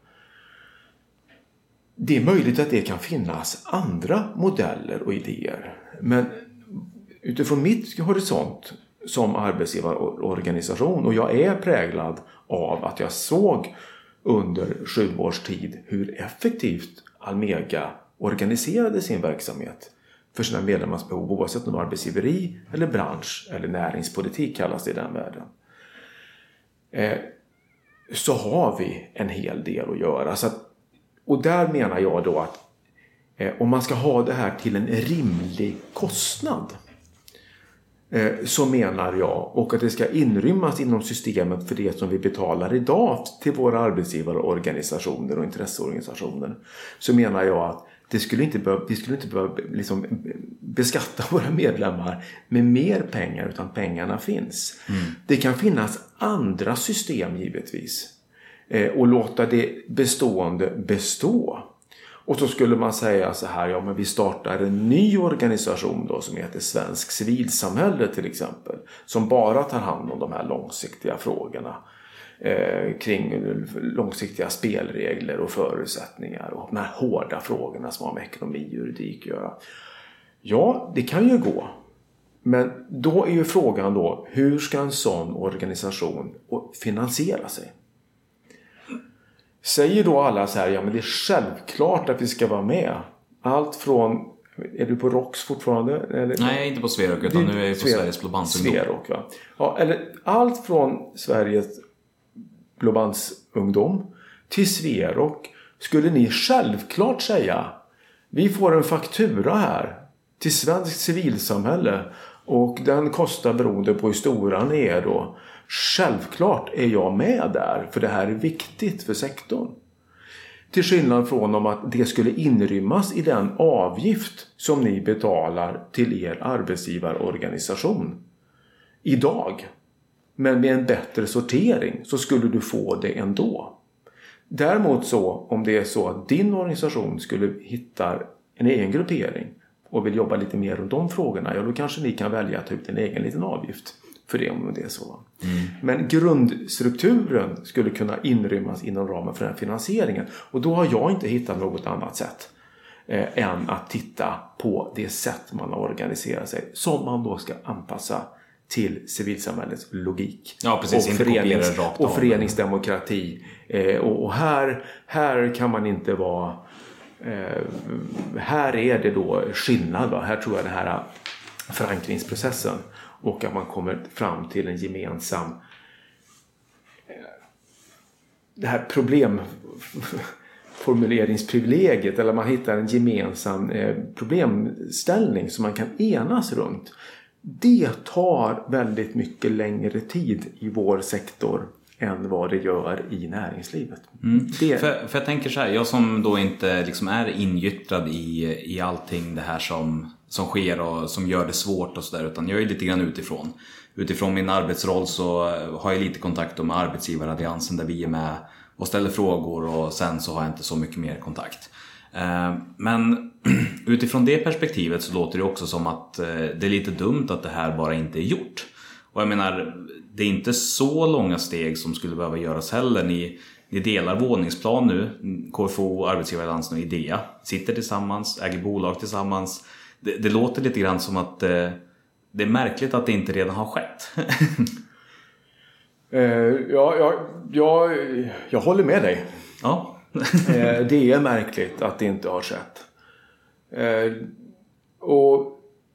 Det är möjligt att det kan finnas andra modeller och idéer. Men utifrån mitt horisont som arbetsgivarorganisation, och jag är präglad av att jag såg under 7 års tid hur effektivt Almega organiserade sin verksamhet för sina medlemmars behov, oavsett om det var arbetsgiveri eller bransch eller näringspolitik kallas det i den världen. Så har vi en hel del att göra. Och där menar jag då att om man ska ha det här till en rimlig kostnad, så menar jag, och att det ska inrymmas inom systemet för det som vi betalar idag till våra arbetsgivarorganisationer och intresseorganisationer, så menar jag att vi skulle inte behöva liksom beskatta våra medlemmar med mer pengar, utan pengarna finns. Det kan finnas andra system givetvis, och låta det bestående bestå. Och så skulle man säga så här, ja men vi startar en ny organisation då som heter Svensk civilsamhälle till exempel. Som bara tar hand om de här långsiktiga frågorna. Kring långsiktiga spelregler och förutsättningar och de här hårda frågorna som har med ekonomi och juridik att göra. Ja, det kan ju gå. Men då är ju frågan då, hur ska en sån organisation finansiera sig? Säger då alla så här, ja men det är självklart att vi ska vara med. Allt från, är du på ROX fortfarande? Eller? Nej, jag är inte på Sverok utan nu är jag på Sveriges Blåbandsungdom. Sverok, va? Ja, eller allt från Sveriges Blåbandsungdom till Sverok skulle ni självklart säga, vi får en faktura här till Svensk civilsamhälle och den kostar beroende på hur stora ni är då. Självklart är jag med där för det här är viktigt för sektorn. Till skillnad från om att det skulle inrymmas i den avgift som ni betalar till er arbetsgivarorganisation idag. Men med en bättre sortering så skulle du få det ändå. Däremot så om det är så att din organisation skulle hitta en egen gruppering och vill jobba lite mer runt de frågorna, ja då kanske ni kan välja att ta ut en egen liten avgift för det om det är så. Men grundstrukturen skulle kunna inrymmas inom ramen för den här finansieringen. Och då har jag inte hittat något annat sätt än att titta på det sätt man har organiserat sig som man då ska anpassa till civilsamhällets logik. Ja, precis, och föreningsdemokrati. Och här kan man inte vara... här är det då skillnad. Va? Här tror jag den här förankringsprocessen och att man kommer fram till en gemensam det här problemformuleringsprivilegiet eller man hittar en gemensam problemställning som man kan enas runt. Det tar väldigt mycket längre tid i vår sektor än vad det gör i näringslivet. För jag tänker så här, jag som då inte liksom är ingyttrad i allting det här som sker och som gör det svårt och sådär, utan jag är lite grann utifrån min arbetsroll så har jag lite kontakt med arbetsgivaralliansen där vi är med och ställer frågor och sen så har jag inte så mycket mer kontakt. Men utifrån det perspektivet så låter det också som att det är lite dumt att det här bara inte är gjort. Och jag menar, det är inte så långa steg som skulle behöva göras heller. Ni delar våningsplan nu, KFO, arbetsgivaralliansen och IDEA. Sitter tillsammans, äger bolag tillsammans. Det låter lite grann som att det är märkligt att det inte redan har skett. Jag håller med dig. Ja. Det är märkligt att det inte har skett. Och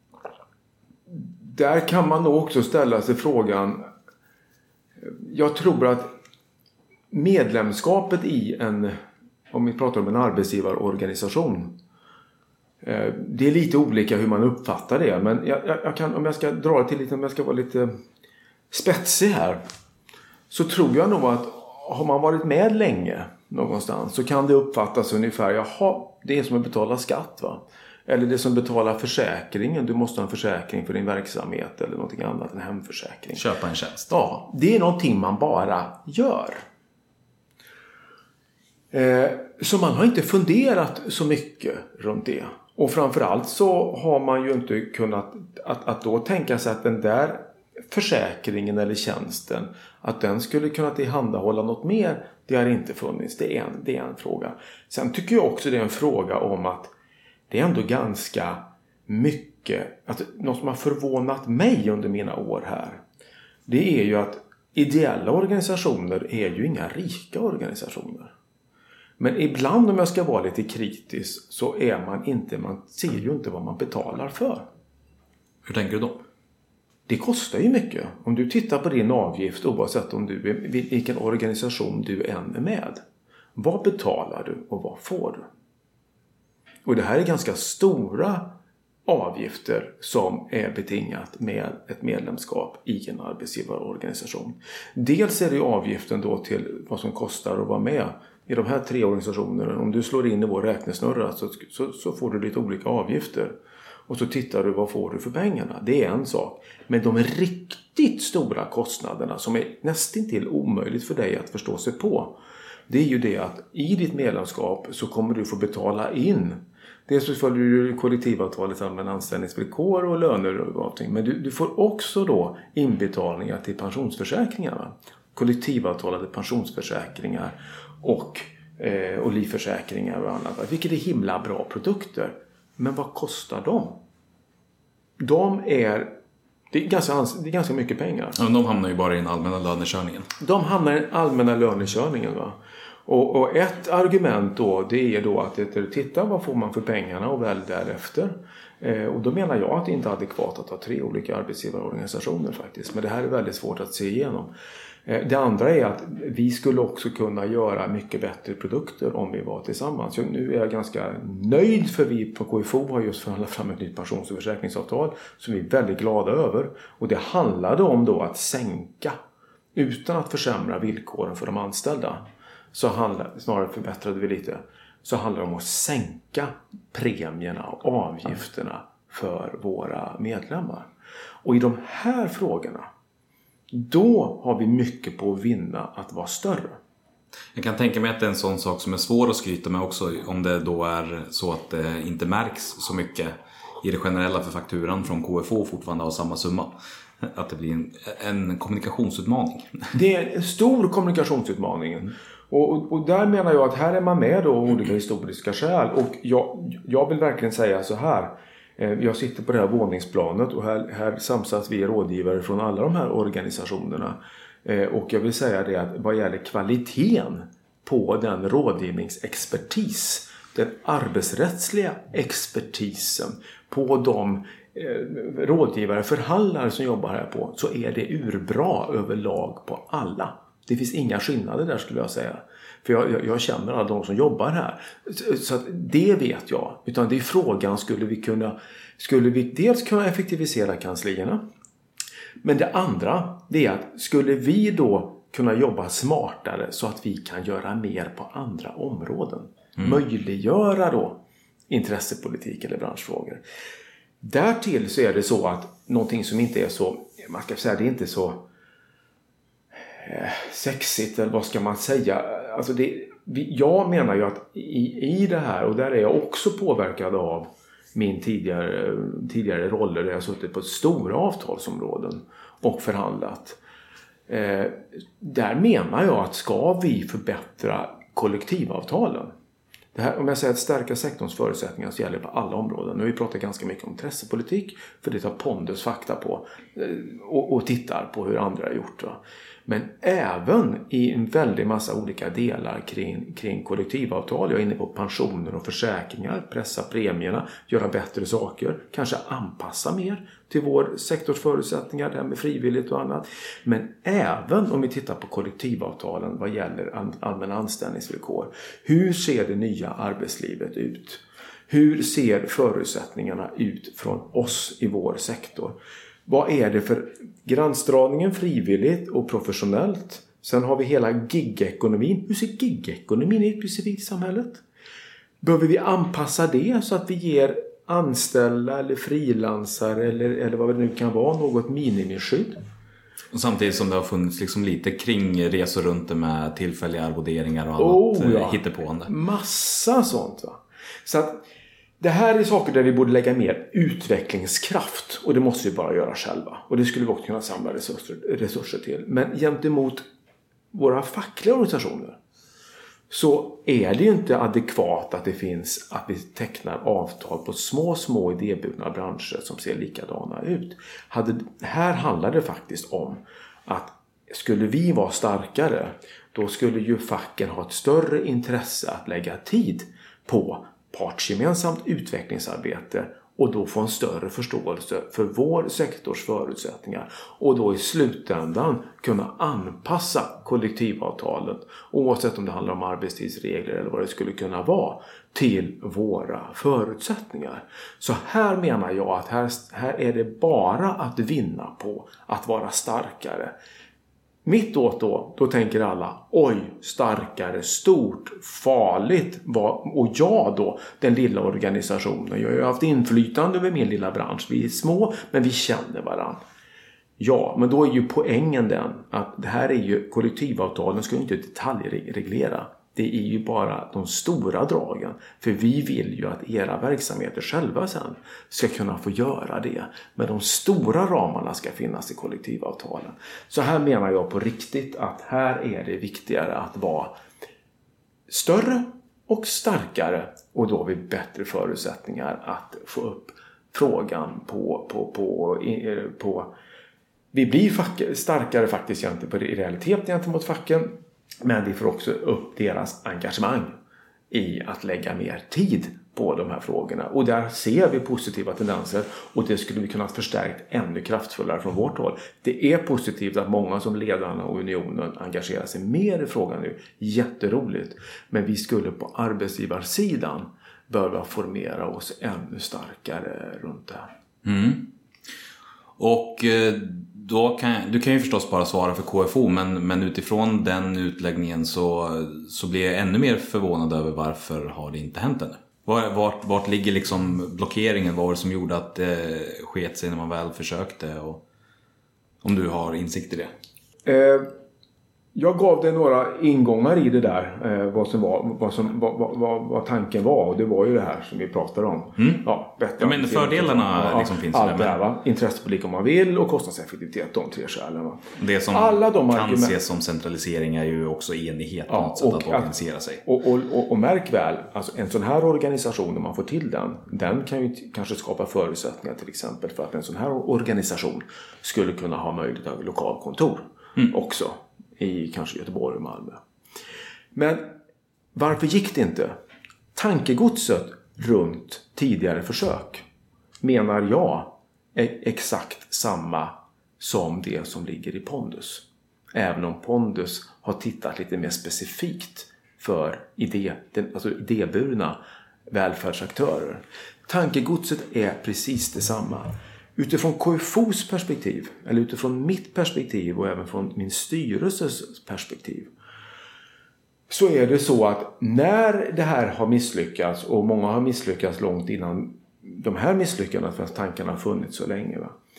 där kan man nog också ställa sig frågan. Jag tror att medlemskapet i om vi pratar om en arbetsgivarorganisation, det är lite olika hur man uppfattar det. Men jag kan, om jag ska dra det till lite, om jag ska vara lite spetsig här, så tror jag nog att har man varit med länge någonstans så kan det uppfattas ungefär, jaha, det är som att betala skatt, va? Eller det som betalar försäkringen. Du måste ha en försäkring för din verksamhet eller någonting annat, en hemförsäkring. Köpa en tjänst. Ja, det är någonting man bara gör. Så man har inte funderat så mycket runt det. Och framförallt så har man ju inte kunnat att då tänka sig att den där försäkringen eller tjänsten, att den skulle kunna tillhandahålla något mer, det har inte funnits. Det är en fråga. Sen tycker jag också det är en fråga om att det är ändå ganska mycket, att något som har förvånat mig under mina år här, det är ju att ideella organisationer är ju inga rika organisationer. Men ibland, om jag ska vara lite kritisk, så är man ser ju inte vad man betalar för. Hur tänker du då? Det kostar ju mycket. Om du tittar på din avgift, oavsett om du är, vilken organisation du än är med. Vad betalar du och vad får du? Och det här är ganska stora avgifter som är betingat med ett medlemskap i en arbetsgivarorganisation. Dels är det avgiften då till vad som kostar att vara med i de här 3 organisationerna. Om du slår in i vår räknesnurra så får du lite olika avgifter. Och så tittar du, vad får du för pengarna? Det är en sak. Men de riktigt stora kostnaderna som är nästan till omöjligt för dig att förstå sig på. det är ju det att i ditt medlemskap så kommer du få betala in. Dels så följer du kollektivavtalet, allmänna anställningsvillkor och löner och allting. Men du får också då inbetalningar till pensionsförsäkringar. Kollektivavtalade pensionsförsäkringar och livförsäkringar och annat. Vilket är himla bra produkter. Men vad kostar de? Det är ganska mycket pengar. Ja, de hamnar ju bara i den allmänna lönekörningen. De hamnar i den allmänna lönekörningen, va? Och ett argument då, det är då att titta vad får man för pengarna och väl därefter. Och då menar jag att det inte är adekvat att ha 3 olika arbetsgivarorganisationer faktiskt. Men det här är väldigt svårt att se igenom. Det andra är att vi skulle också kunna göra mycket bättre produkter om vi var tillsammans. Så nu är jag ganska nöjd för vi på KFO har just förhandlat fram ett nytt pensions- och försäkringsavtal som vi är väldigt glada över. Och det handlade om då att sänka utan att försämra villkoren för de anställda. Snarare förbättrade vi lite. Så handlar det om att sänka premierna och avgifterna för våra medlemmar. Och i de här frågorna då har vi mycket på att vinna att vara större. Jag kan tänka mig att det är en sån sak som är svår att skryta med också. Om det då är så att det inte märks så mycket i det generella för fakturan från KFO fortfarande har samma summa. Att det blir en kommunikationsutmaning. Det är en stor kommunikationsutmaning. Och där menar jag att här är man med då olika historiska skäl. Och jag vill verkligen säga så här. Jag sitter på det här våningsplanet och här samsas vi rådgivare från alla de här organisationerna. Och jag vill säga det att vad gäller kvaliteten på den rådgivningsexpertis, den arbetsrättsliga expertisen på de rådgivare, förhandlare som jobbar här på, så är det urbra överlag på alla. Det finns inga skillnader där skulle jag säga. För jag känner alla de som jobbar här. Så att det vet jag. Utan det är frågan, skulle vi dels kunna effektivisera kanslierna? Men det andra, det är att skulle vi då kunna jobba smartare så att vi kan göra mer på andra områden? Möjliggöra då intressepolitik eller branschfrågor. Därtill så är det så att någonting som inte är så, man ska säga det är inte så sexigt eller vad ska man säga. Alltså jag menar ju att i det här, och där är jag också påverkad av min tidigare roller där jag suttit på stora avtalsområden och förhandlat. Där menar jag att ska vi förbättra kollektivavtalen. Det här, om jag säger att stärka sektorns förutsättningar så gäller det på alla områden. Nu har vi pratat ganska mycket om intressepolitik för det tar Pondus fakta på och tittar på hur andra har gjort. Va? Men även i en väldigt massa olika delar kring kollektivavtal. Jag är inne på pensioner och försäkringar, pressa premierna, göra bättre saker, kanske anpassa mer till vår sektors förutsättningar, det här med frivilligt och annat. Men även om vi tittar på kollektivavtalen vad gäller allmänna anställningsvillkor. Hur ser det nya arbetslivet ut? Hur ser förutsättningarna ut från oss i vår sektor? Vad är det för gränsdragningen frivilligt och professionellt? Sen har vi hela gigekonomin. Hur ser gigekonomin ut specifikt i samhället? Behöver vi anpassa det så att vi ger anställda eller frilansare eller vad det nu kan vara något minimiskydd? Och samtidigt som det har funnits liksom lite kring resor runt med tillfälliga arvoderingar och annat hittepående. Massa sånt va. Så att det här är saker där vi borde lägga mer utvecklingskraft. Och det måste vi bara göra själva. Och det skulle vi också kunna samla resurser till. Men gentemot våra fackliga organisationer så är det ju inte adekvat att vi tecknar avtal på små idéburna branscher som ser likadana ut. Här handlar det faktiskt om att skulle vi vara starkare, då skulle ju facken ha ett större intresse att lägga tid på partsgemensamt utvecklingsarbete och då få en större förståelse för vår sektors förutsättningar och då i slutändan kunna anpassa kollektivavtalet oavsett om det handlar om arbetstidsregler eller vad det skulle kunna vara till våra förutsättningar. Så här menar jag att här är det bara att vinna på att vara starkare. Mitt åt då tänker alla, oj, starkare, stort, farligt. Och jag då, den lilla organisationen. Jag har ju haft inflytande över min lilla bransch. Vi är små, men vi känner varandra. Ja, men då är ju poängen den att det här är ju kollektivavtalen ska ju inte detaljreglera det är ju bara de stora dragen. För vi vill ju att era verksamheter själva sen ska kunna få göra det. Men de stora ramarna ska finnas i kollektivavtalen. Så här menar jag på riktigt att här är det viktigare att vara större och starkare. Och då har vi bättre förutsättningar att få upp frågan på vi blir starkare faktiskt i realitet gentemot facken. Men vi får också upp deras engagemang i att lägga mer tid på de här frågorna. Och där ser vi positiva tendenser och det skulle vi kunna förstärkt ännu kraftfullare från vårt håll. Det är positivt att många som ledarna och unionen engagerar sig mer i frågan nu. Jätteroligt. Men vi skulle på arbetsgivarsidan behöva formera oss ännu starkare runt det här. Mm. Och du kan ju förstås bara svara för KFO, men utifrån den utläggningen så blir jag ännu mer förvånad över varför har det inte hänt ännu. Vart ligger liksom blockeringen? Vad var det som gjorde att det sket sig när man väl försökte? Och om du har insikt i det. Jag gav dig några ingångar i det där, vad tanken var, och det var ju det här som vi pratade om. Ja, men fördelarna liksom finns allt det här, intresse på lika om man vill och kostnadseffektivitet, de 3 skälen. Det som alla de kan ses som centralisering är ju också enighet på något sätt att organisera sig. Och märk väl, alltså en sån här organisation, om man får till den kan ju kanske skapa förutsättningar till exempel för att en sån här organisation skulle kunna ha möjlighet att ha lokalkontor också. I kanske Göteborg och Malmö. Men varför gick det inte? Tankegodset runt tidigare försök menar jag är exakt samma som det som ligger i Pondus. Även om Pondus har tittat lite mer specifikt för idéburna välfärdsaktörer. Tankegodset är precis detsamma. Utifrån KFOs perspektiv, eller utifrån mitt perspektiv och även från min styrelses perspektiv, så är det så att när det här har misslyckats, och många har misslyckats långt innan de här misslyckandena för att tankarna har funnits så länge,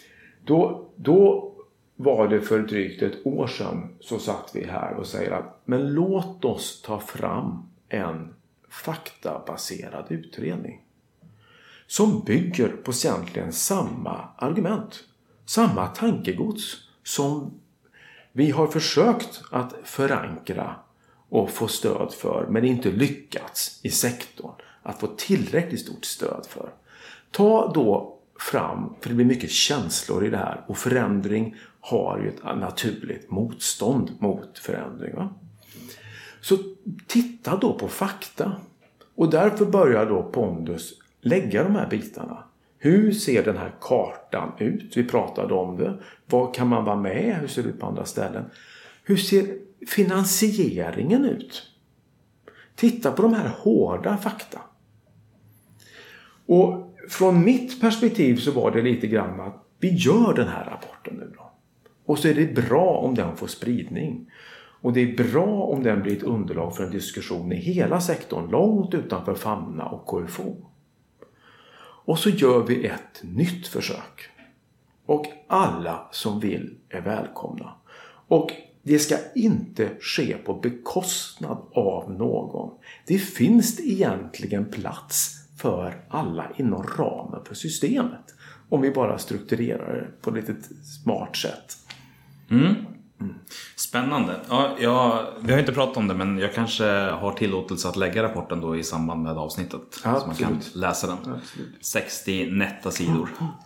då var det för drygt ett år sedan så satt vi här och säger att men låt oss ta fram en faktabaserad utredning. Som bygger på egentligen samma argument. Samma tankegods som vi har försökt att förankra och få stöd för. Men inte lyckats i sektorn att få tillräckligt stort stöd för. Ta då fram, för det blir mycket känslor i det här. Och förändring har ju ett naturligt motstånd mot förändring. Va? Så titta då på fakta. Och därför börjar då Pondus lägga de här bitarna. Hur ser den här kartan ut? Vi pratade om det. Vad kan man vara med? Hur ser det ut på andra ställen? Hur ser finansieringen ut? Titta på de här hårda fakta. Och från mitt perspektiv så var det lite grann att vi gör den här rapporten nu då. Och så är det bra om den får spridning. Och det är bra om den blir ett underlag för en diskussion i hela sektorn, långt utanför Famna och KFO. Och så gör vi ett nytt försök. Och alla som vill är välkomna. Och det ska inte ske på bekostnad av någon. Det finns egentligen plats för alla inom ramen för systemet. Om vi bara strukturerar det på ett lite smart sätt. Spännande. Ja, vi har inte pratat om det, men jag kanske har tillåtelse att lägga rapporten då i samband med avsnittet. Ja, så man kan läsa den. Absolut. 60 nätta sidor.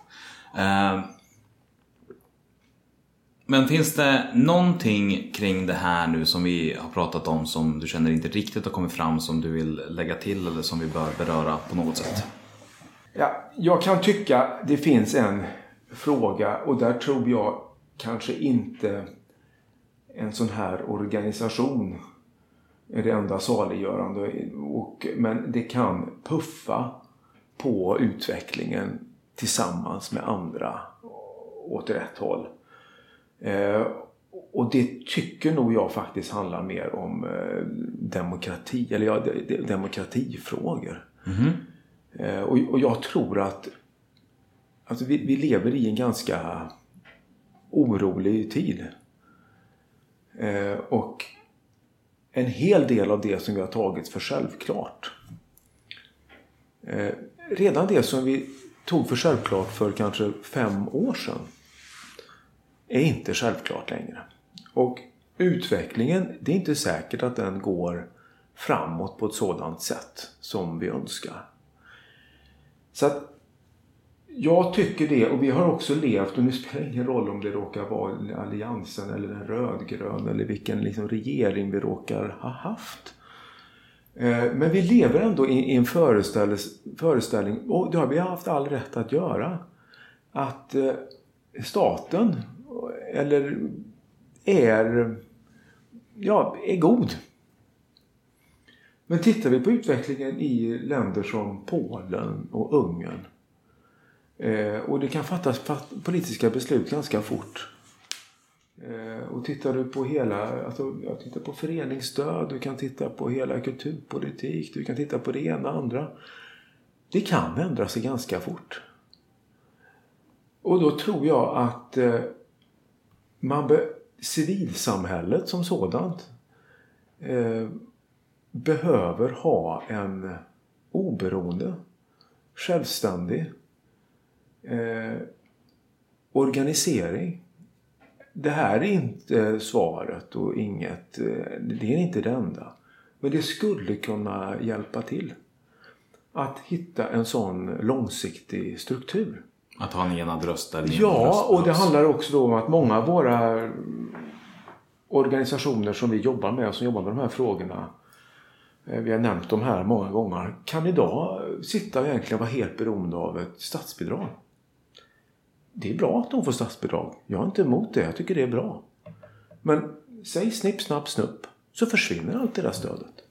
Men finns det någonting kring det här nu som vi har pratat om som du känner inte riktigt har kommit fram, som du vill lägga till eller som vi bör beröra på något sätt? Ja, jag kan tycka det finns en fråga, och där tror jag kanske inte en sån här organisation är det enda saliggörande, men det kan puffa på utvecklingen tillsammans med andra åt rätt håll. Och det tycker nog jag faktiskt handlar mer om demokrati, eller demokratifrågor. Och jag tror att alltså vi lever i en ganska orolig tid. Och en hel del av det som vi har tagit för självklart. Redan det som vi tog för självklart för kanske 5 år sedan är inte självklart längre. Och utvecklingen, det är inte säkert att den går framåt på ett sådant sätt som vi önskar. Så att jag tycker det, och vi har också levt, och nu spelar det ingen roll om det råkar vara alliansen eller den rödgrön eller vilken liksom regering vi råkar ha haft. Men vi lever ändå i en föreställning, och det har vi haft all rätt att göra, att staten är god. Men tittar vi på utvecklingen i länder som Polen och Ungern, och det kan fattas politiska beslut ganska fort. Och tittar du på jag tittar på föreningsstöd, du kan titta på hela kulturpolitik, du kan titta på det ena och andra. Det kan ändra sig ganska fort. Och då tror jag att civilsamhället som sådant behöver ha en oberoende, självständig organisering. Det här är inte svaret och det är inte det enda. Men det skulle kunna hjälpa till att hitta en sån långsiktig struktur. Att ha en enad röst eller Ja, och det handlar också då om att många av våra organisationer som vi jobbar med och som jobbar med de här frågorna, vi har nämnt de här många gånger, kan idag sitta och egentligen vara helt beroende av ett statsbidrag. Det är bra att de får statsbidrag. Jag är inte emot det. Jag tycker det är bra. Men säg snipp, snapp, snupp, så försvinner allt det där stödet.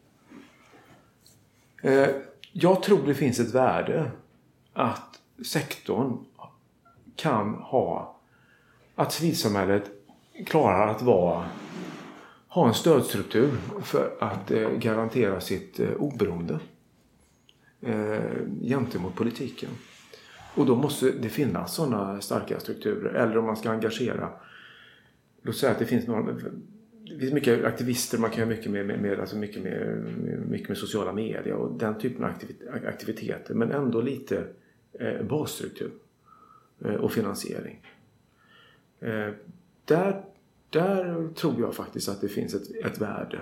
Jag tror det finns ett värde att sektorn kan ha, att civilsamhället klarar att ha en stödstruktur för att garantera sitt oberoende gentemot politiken. Och då måste det finnas sådana starka strukturer. Eller om man ska engagera. Låt säga att det finns mycket aktivister. Man kan göra mycket med sociala medier. Och den typen av aktiviteter. Men ändå lite basstruktur. Och finansiering. Där tror jag faktiskt att det finns ett värde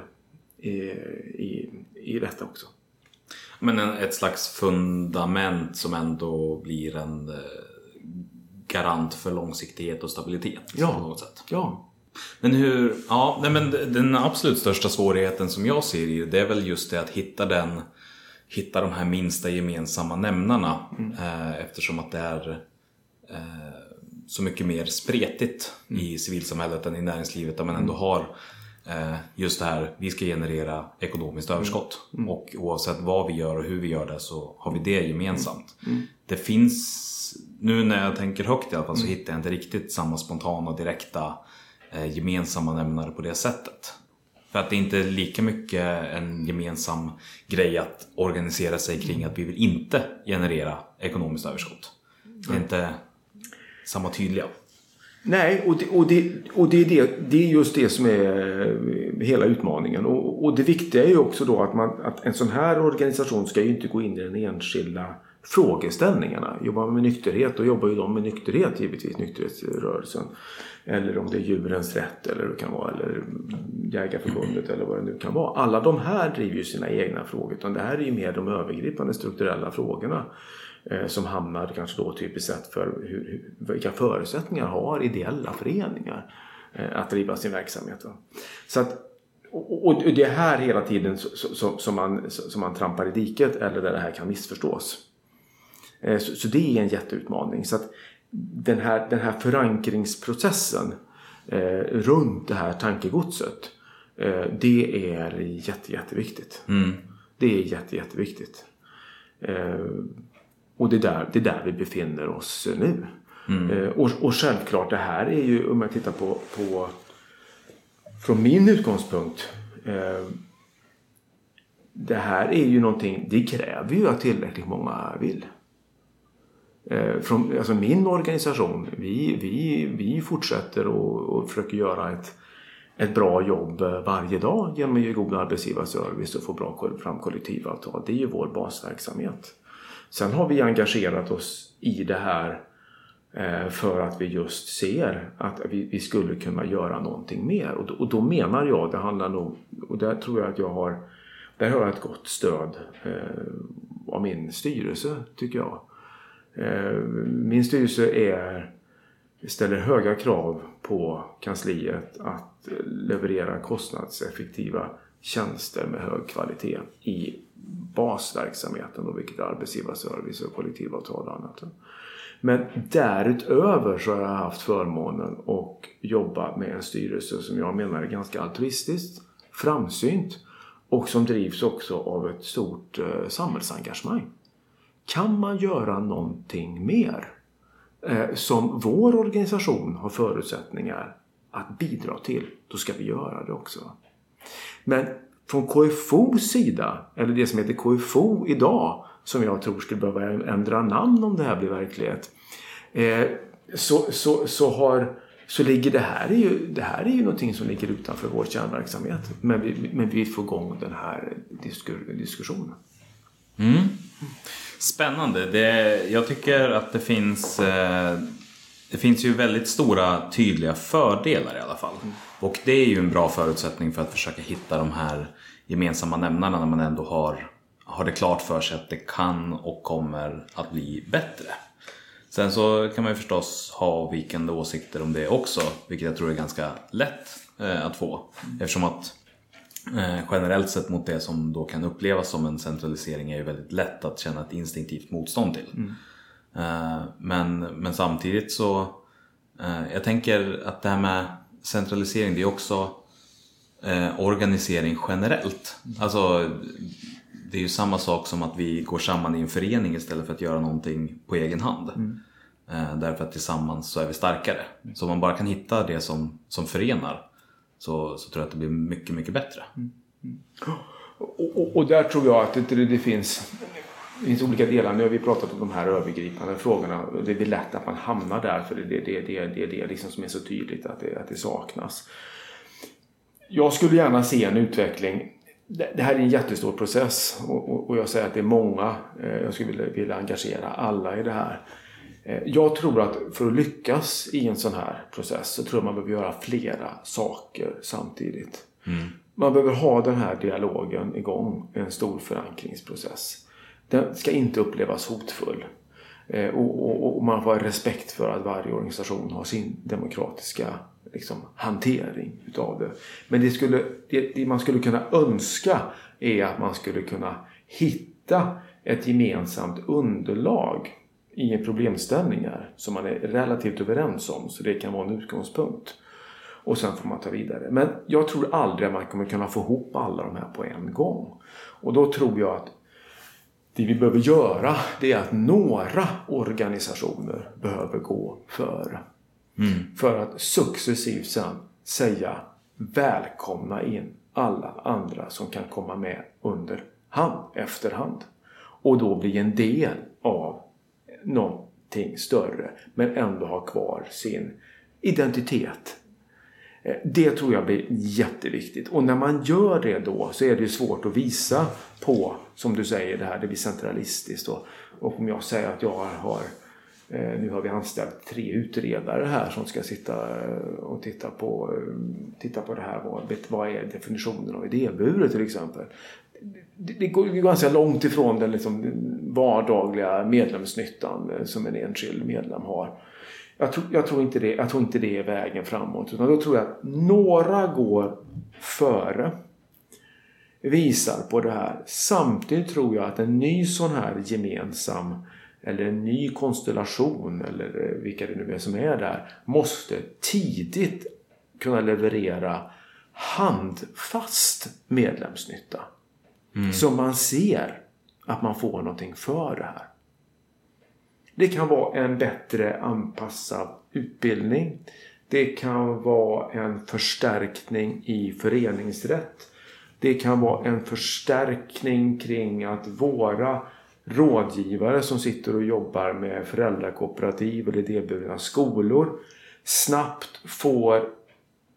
i detta också. Men ett slags fundament som ändå blir en garant för långsiktighet och stabilitet på något sätt. Ja. Men den absolut största svårigheten som jag ser i det är väl just det att hitta de här minsta gemensamma nämnarna. Eftersom att det är så mycket mer spretigt i civilsamhället än i näringslivet, där man ändå har just det här, vi ska generera ekonomiskt överskott. Och oavsett vad vi gör och hur vi gör det, så har vi det gemensamt. Det finns, nu när jag tänker högt i alla fall, så hittar jag inte riktigt samma spontana, direkta gemensamma nämnare på det sättet. För att det är inte lika mycket en gemensam grej att organisera sig kring att vi vill inte generera ekonomiskt överskott. Det är inte samma tydliga. Nej, och det är just det som är hela utmaningen. Och det viktiga är ju också då att en sån här organisation ska ju inte gå in i den enskilda frågeställningarna. Jobbar man med nykterhet, då jobbar ju de med nykterhet, givetvis nykterhetsrörelsen. Eller om det är djurens rätt eller det kan vara, eller Jägarförbundet eller vad det nu kan vara. Alla de här driver ju sina egna frågor, utan det här är ju mer de övergripande strukturella frågorna som hamnar kanske då typiskt sett för vilka förutsättningar har ideella föreningar att driva sin verksamhet. Så att, och det är här hela tiden som man trampar i diket, eller där det här kan missförstås. Så det är en jätteutmaning. Så att den här förankringsprocessen runt det här tankegodset, det är jätteviktigt. Det är jätteviktigt. Och det är där vi befinner oss nu. Och självklart, det här är ju, om jag tittar på från min utgångspunkt, det här är ju någonting, det kräver ju att tillräckligt många vill. Alltså min organisation, vi fortsätter och försöker göra ett bra jobb varje dag genom att ge god arbetsgivarservice och få bra fram kollektivavtal. Det är ju vår basverksamhet. Sen har vi engagerat oss i det här för att vi just ser att vi skulle kunna göra någonting mer. Och då menar jag, det handlar nog, och där tror jag att där har jag ett gott stöd av min styrelse, tycker jag. Min styrelse ställer höga krav på kansliet att leverera kostnadseffektiva tjänster med hög kvalitet i basverksamheten, då, vilket är arbetsgivarservice och kollektivavtal och annat. Men därutöver så har jag haft förmånen att jobba med en styrelse som jag menar är ganska altruistiskt, framsynt och som drivs också av ett stort samhällsengagemang. Kan man göra någonting mer som vår organisation har förutsättningar att bidra till, då ska vi göra det också. Men från KFOs sida, eller det som heter KFO idag, som jag tror skulle behöva ändra namn om det här blir verklighet, så ligger det här är ju någonting som ligger utanför vår kärnverksamhet. Men vi får igång den här diskussionen. Mm. Spännande. Jag tycker att det finns ju väldigt stora tydliga fördelar i alla fall. Och det är ju en bra förutsättning för att försöka hitta de här gemensamma nämnarna när man ändå har det klart för sig att det kan och kommer att bli bättre. Sen så kan man ju förstås ha avvikande åsikter om det också, vilket jag tror är ganska lätt att få. Eftersom att generellt sett mot det som då kan upplevas som en centralisering är ju väldigt lätt att känna ett instinktivt motstånd till. Men samtidigt så jag tänker att det här med centralisering, det är också organisering generellt. Alltså det är ju samma sak som att vi går samman i en förening istället för att göra någonting på egen hand. Därför att tillsammans så är vi starkare. Så om man bara kan hitta det som förenar, så tror jag att det blir mycket, mycket bättre. Och där tror jag att det finns olika delar. Nu har vi pratat om de här övergripande frågorna. Det är lätt att man hamnar där, för det är det liksom som är så tydligt att det saknas. Jag skulle gärna se en utveckling. Det här är en jättestor process och jag säger att det är många. Jag skulle vilja engagera alla i det här. Jag tror att för att lyckas i en sån här process så tror jag man behöver göra flera saker samtidigt. Man behöver ha den här dialogen igång, en stor förankringsprocess. Den ska inte upplevas hotfull. Och man får respekt för att varje organisation har sin demokratiska hantering utav det. Men det man skulle kunna önska är att man skulle kunna hitta ett gemensamt underlag i problemställningar som man är relativt överens om, så det kan vara en utgångspunkt. Och sen får man ta vidare. Men jag tror aldrig att man kommer kunna få ihop alla de här på en gång. Och då tror jag att det vi behöver göra, det är att några organisationer behöver gå före. För att successivt sen säga välkomna in alla andra som kan komma med efterhand. Och då bli en del av någonting större, men ändå ha kvar sin identitet. Det tror jag blir jätteviktigt. Och när man gör det då, så är det ju svårt att visa på, som du säger, det blir centralistiskt. Och om jag säger att nu har vi anställt 3 utredare här som ska sitta och titta på det här. Vad är definitionen av idéburet till exempel? Det går ganska långt ifrån den vardagliga medlemsnyttan som en enskild medlem har. Jag tror inte det är vägen framåt. Utan då tror jag att några går före, visar på det här. Samtidigt tror jag att en ny sån här gemensam, eller en ny konstellation, eller vilka det nu är som är där, måste tidigt kunna leverera handfast medlemsnytta. Så man ser att man får någonting för det här. Det kan vara en bättre anpassad utbildning. Det kan vara en förstärkning i föreningsrätt. Det kan vara en förstärkning kring att våra rådgivare som sitter och jobbar med föräldrakooperativ eller idéburna skolor snabbt får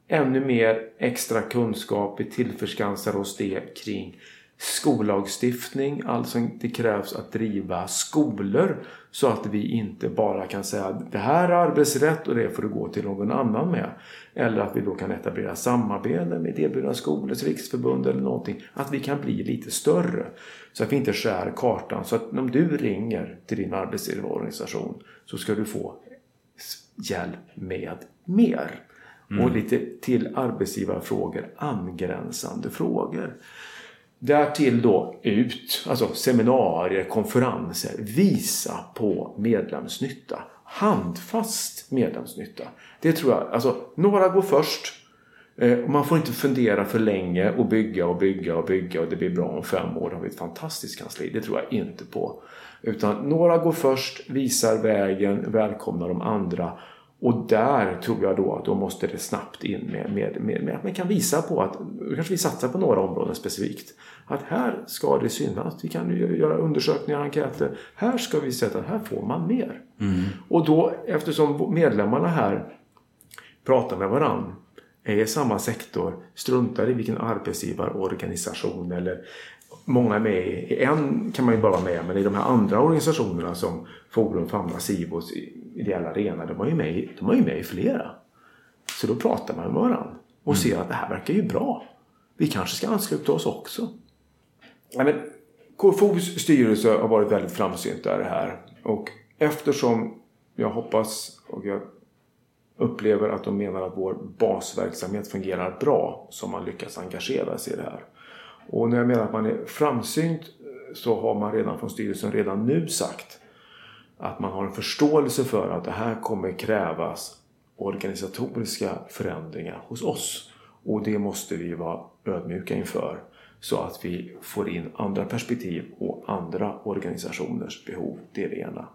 ännu mer extra kunskap. Vi tillförskansar oss det kring skollagstiftning. Alltså det krävs att driva skolor så att vi inte bara kan säga att det här är arbetsrätt och det får du gå till någon annan med. Eller att vi då kan etablera samarbete med Idéburna skolors riksförbund eller någonting. Att vi kan bli lite större så att vi inte skär kartan. Så att om du ringer till din arbetsgivarorganisation så ska du få hjälp med mer. Och lite till arbetsgivarfrågor, angränsande frågor. Därtill då alltså seminarier, konferenser, visa på medlemsnytta. Handfast medlemsnytta. Det tror jag, alltså några går först. Man får inte fundera för länge och bygga och det blir bra om 5 år har vi ett fantastiskt kansli. Det tror jag inte på. Utan några går först, visar vägen, välkomnar de andra. Och där tror jag då att då måste det snabbt in med att man kan visa på att kanske vi satsar på några områden specifikt. Att här ska det synas. Vi kan ju göra undersökningar, enkäter. Här ska vi sätta att här får man mer. Och då eftersom medlemmarna här pratar med varann, är i samma sektor, struntar i vilken arbetsgivarorganisation eller många är med i en kan man ju bara vara med, men i de här andra organisationerna som Forum, Famna, Sivos, Ideella Arena, de är ju med i flera. Så då pratar man med varandra och ser att det här verkar ju bra. Vi kanske ska ansluta oss också. Men KFOs styrelse har varit väldigt framsynt där det här. Och eftersom jag hoppas och jag upplever att de menar att vår basverksamhet fungerar bra, så man lyckas engagera sig i det här. Och när jag menar att man är framsynt, så har man redan från styrelsen redan nu sagt att man har en förståelse för att det här kommer krävas organisatoriska förändringar hos oss. Och det måste vi vara ödmjuka inför, så att vi får in andra perspektiv och andra organisationers behov. Det är det ena.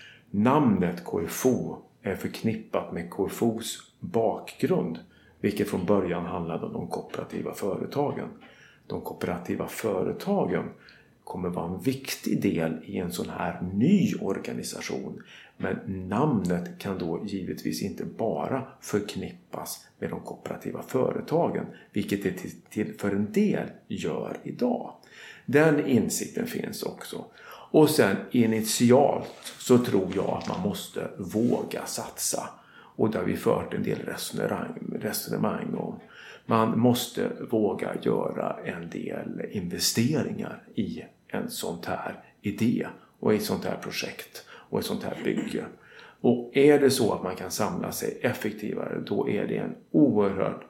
Namnet KFO är förknippat med KFOs bakgrund, vilket från början handlade om de kooperativa företagen. De kooperativa företagen kommer vara en viktig del i en sån här ny organisation. Men namnet kan då givetvis inte bara förknippas med de kooperativa företagen, vilket det till för en del gör idag. Den insikten finns också. Och sen initialt så tror jag att man måste våga satsa. Och där vi fört en del resonemang om. Man måste våga göra en del investeringar i en sånt här idé och i ett sånt här projekt och ett sånt här bygge. Och är det så att man kan samla sig effektivare, då är det en oerhört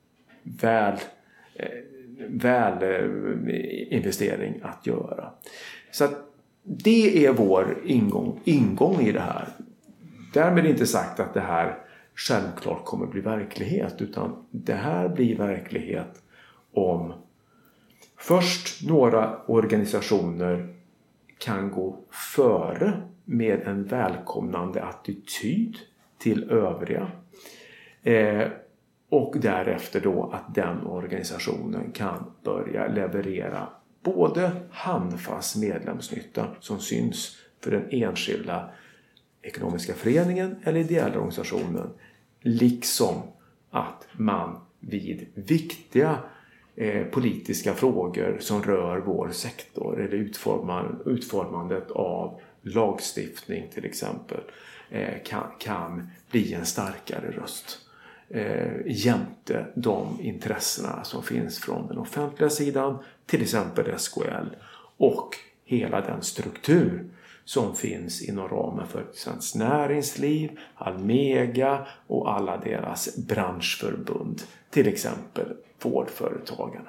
väl investering att göra. Så att det är vår ingång i det här. Därmed inte sagt att det här självklart kommer bli verklighet, utan det här blir verklighet om först några organisationer kan gå före med en välkomnande attityd till övriga, och därefter då att den organisationen kan börja leverera både handfast medlemsnytta som syns för den enskilda ekonomiska föreningen eller ideella organisationen, liksom att man vid viktiga politiska frågor som rör vår sektor eller utformandet av lagstiftning till exempel kan bli en starkare röst jämte de intressena som finns från den offentliga sidan, till exempel SKL, och hela den struktur som finns inom ramen för Svenskt Näringsliv, Almega och alla deras branschförbund, till exempel Vårdföretagarna.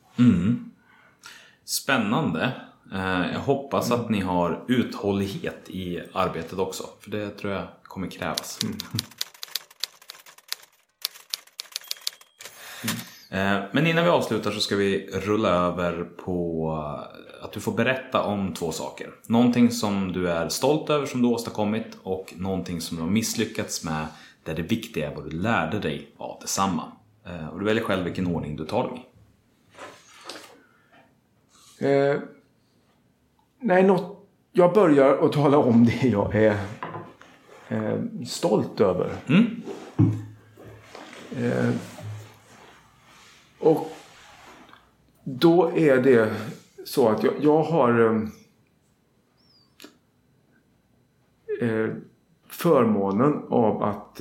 Spännande. Jag hoppas att ni har uthållighet i arbetet också, för det tror jag kommer krävas. Men innan vi avslutar så ska vi rulla över på att du får berätta om 2 saker. Någonting som du är stolt över som du åstadkommit, och någonting som du har misslyckats med, där det viktiga är vad du lärde dig av detsamma. Och du väljer själv vilken ordning du tar dem i. Jag börjar att tala om det jag är stolt över. Och då är det så att jag har förmånen av att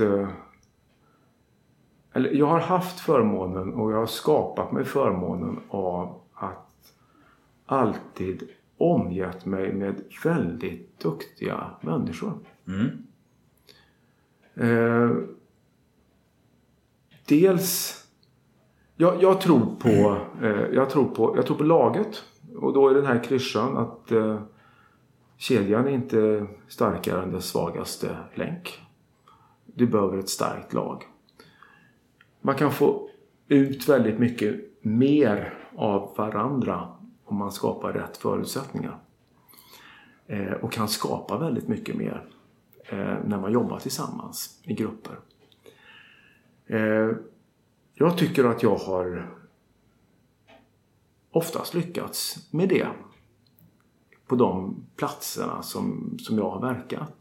eller jag har haft förmånen och jag har skapat mig förmånen av att alltid omgett mig med väldigt duktiga människor. Dels jag tror på laget, och då är den här klyschan att kedjan är inte starkare än dess svagaste länk. Du behöver ett starkt lag. Man kan få ut väldigt mycket mer av varandra om man skapar rätt förutsättningar. Och kan skapa väldigt mycket mer när man jobbar tillsammans i grupper. Jag tycker att jag har oftast lyckats med det på de platserna som jag har verkat.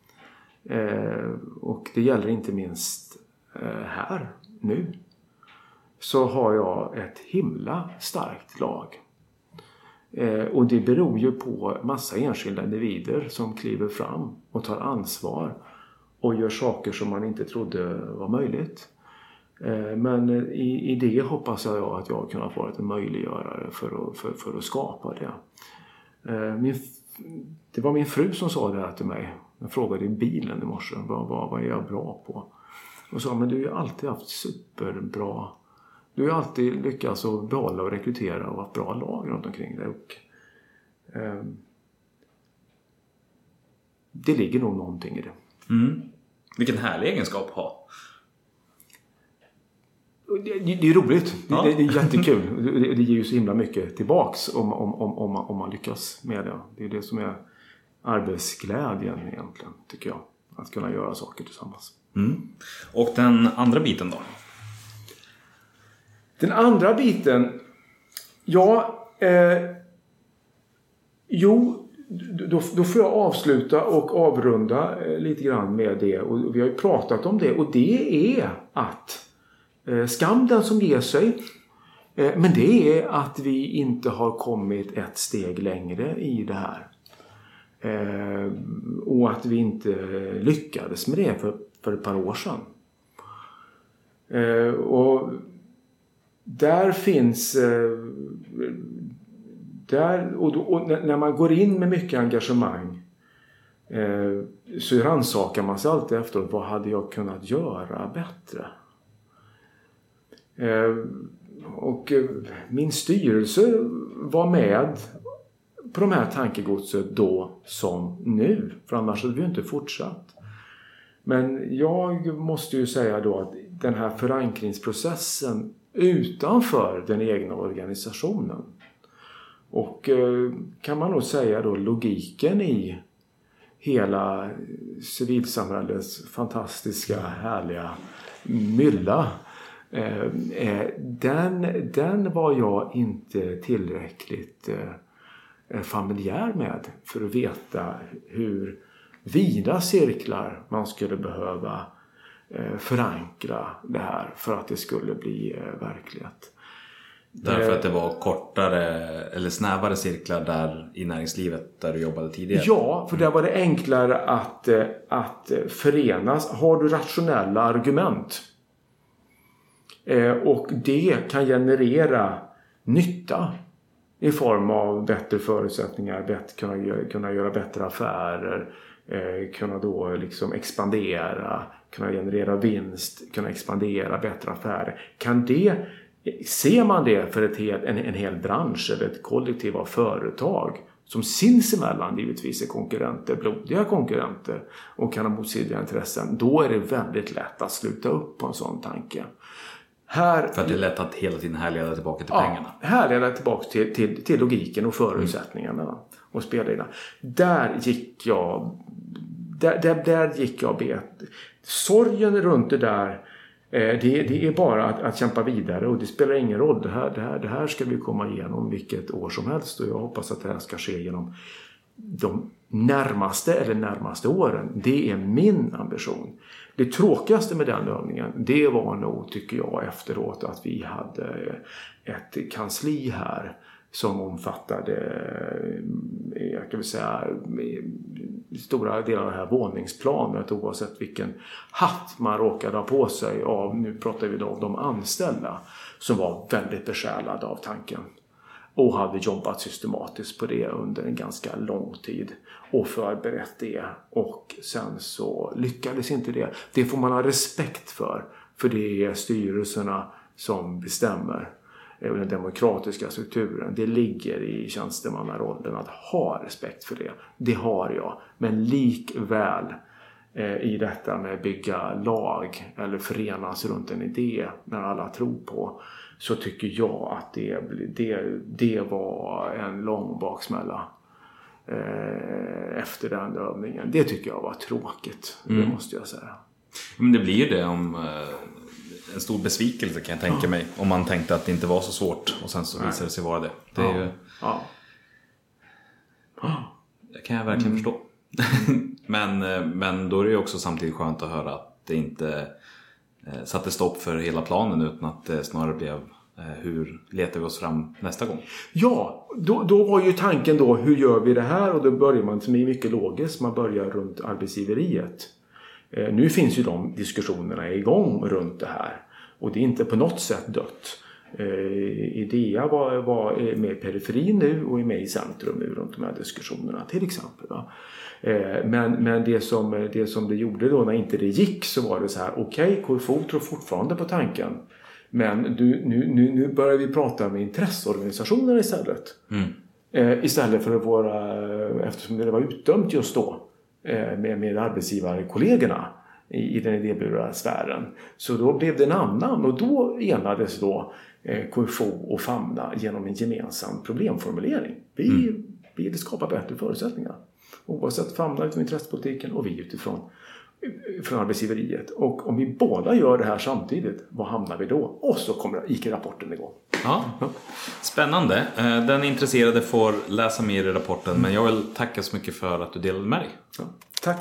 Och det gäller inte minst här nu. Så har jag ett himla starkt lag. Och det beror ju på massa enskilda individer som kliver fram och tar ansvar och gör saker som man inte trodde var möjligt. Men i det hoppas jag att jag har kunnat vara en möjliggörare för att skapa det. Det var min fru som sa det här till mig. Jag frågade i bilen i morse, vad är jag bra på? Och sa, men du har ju alltid haft superbra. Du har ju alltid lyckats att behålla och rekrytera och ha ett bra lag runt omkring dig. Och, det ligger nog någonting i det. Vilken härlig egenskap att ha. Det är roligt. Ja. Det är jättekul. Det ger ju så himla mycket tillbaks om man lyckas med det. Det är det som är arbetsglädjen egentligen, tycker jag. Att kunna göra saker tillsammans. Och den andra biten då? Den andra biten, då får jag avsluta och avrunda lite grann med det. Och vi har ju pratat om det. Och det är att skam den som ger sig. Men det är att vi inte har kommit ett steg längre i det här. Och att vi inte lyckades med det för ett par år sedan. Och där finns och när man går in med mycket engagemang så rannsakar man sig alltid efteråt. Vad hade jag kunnat göra bättre? Och min styrelse var med på de här tankegodset då som nu. För annars hade vi inte fortsatt. Men jag måste ju säga då att den här förankringsprocessen utanför den egna organisationen. Och kan man nog säga då logiken i hela civilsamhällets fantastiska, härliga mylla. Den var jag inte tillräckligt familjär med för att veta hur vida cirklar man skulle behöva förankra det här för att det skulle bli verklighet. Därför att det var kortare eller snävare cirklar där i näringslivet där du jobbade tidigare? Ja, för där var det enklare att förenas. Har du rationella argument och det kan generera nytta i form av bättre förutsättningar, kunna göra bättre affärer, kunna då liksom expandera, kunna generera vinst, kunna expandera bättre affärer. Ser man det för en hel bransch eller ett kollektiv av företag som sinsemellan givetvis är konkurrenter, blodiga konkurrenter och kan ha motstridiga intressen, då är det väldigt lätt att sluta upp på en sån tanke. För att det är lätt att hela tiden härleda tillbaka till pengarna. Härleda tillbaka till logiken och förutsättningarna och spelreglerna. Där gick jag bet. Sorgen runt det där, det är bara att kämpa vidare och det spelar ingen roll. Det här ska vi komma igenom vilket år som helst och jag hoppas att det här ska ske genom de närmaste åren. Det är min ambition. Det tråkigaste med den övningen, det var nog, tycker jag, efteråt att vi hade ett kansli här som omfattade, jag kan säga, stora delar av det här våningsplanet, oavsett vilken hatt man råkade ha på sig av, nu pratar vi då om de anställda, som var väldigt besjälade av tanken och hade jobbat systematiskt på det under en ganska lång tid och förberett det, och sen så lyckades inte det. Det får man ha respekt för det är styrelserna som bestämmer den demokratiska strukturen. Det ligger i tjänstemannarollen att ha respekt för det. Det har jag. Men likväl i detta med bygga lag eller förenas runt en idé när alla tror på, så tycker jag att det var en lång baksmälla efter den övningen. Det tycker jag var tråkigt, det måste jag säga. Men det blir ju det om en stor besvikelse, kan jag tänka mig, om man tänkte att det inte var så svårt och sen så visade det sig vara det. Det är ju... Det kan jag verkligen förstå. Men då är det ju också samtidigt skönt att höra att det inte satte stopp för hela planen, utan att det snarare blev hur letar vi oss fram nästa gång? Ja, då var ju tanken då, hur gör vi det här? Och då börjar man, som är mycket logiskt, man börjar runt arbetsgiveriet. Nu finns ju de diskussionerna igång runt det här. Och det är inte på något sätt dött. Idea var med i periferin nu och är med i centrum nu runt de här diskussionerna till exempel. Va? Men det som det gjorde då när inte det gick, så var det så här: okej, KFO tror fortfarande på tanken. Men nu börjar vi prata med intresseorganisationer istället. Istället för eftersom det var utdömt just då med arbetsgivarkollegorna i den idéburna sfären. Så då blev det en annan, och då enades då KFO och Famna genom en gemensam problemformulering. Vi vill skapa bättre förutsättningar. Oavsett Famna utifrån intressepolitiken och vi utifrån från arbetsgiveriet. Och om vi båda gör det här samtidigt, var hamnar vi då? Och så gick rapporten igång. Ja. Spännande. Den intresserade får läsa mer i rapporten, men jag vill tacka så mycket för att du delade med dig. Ja, tack.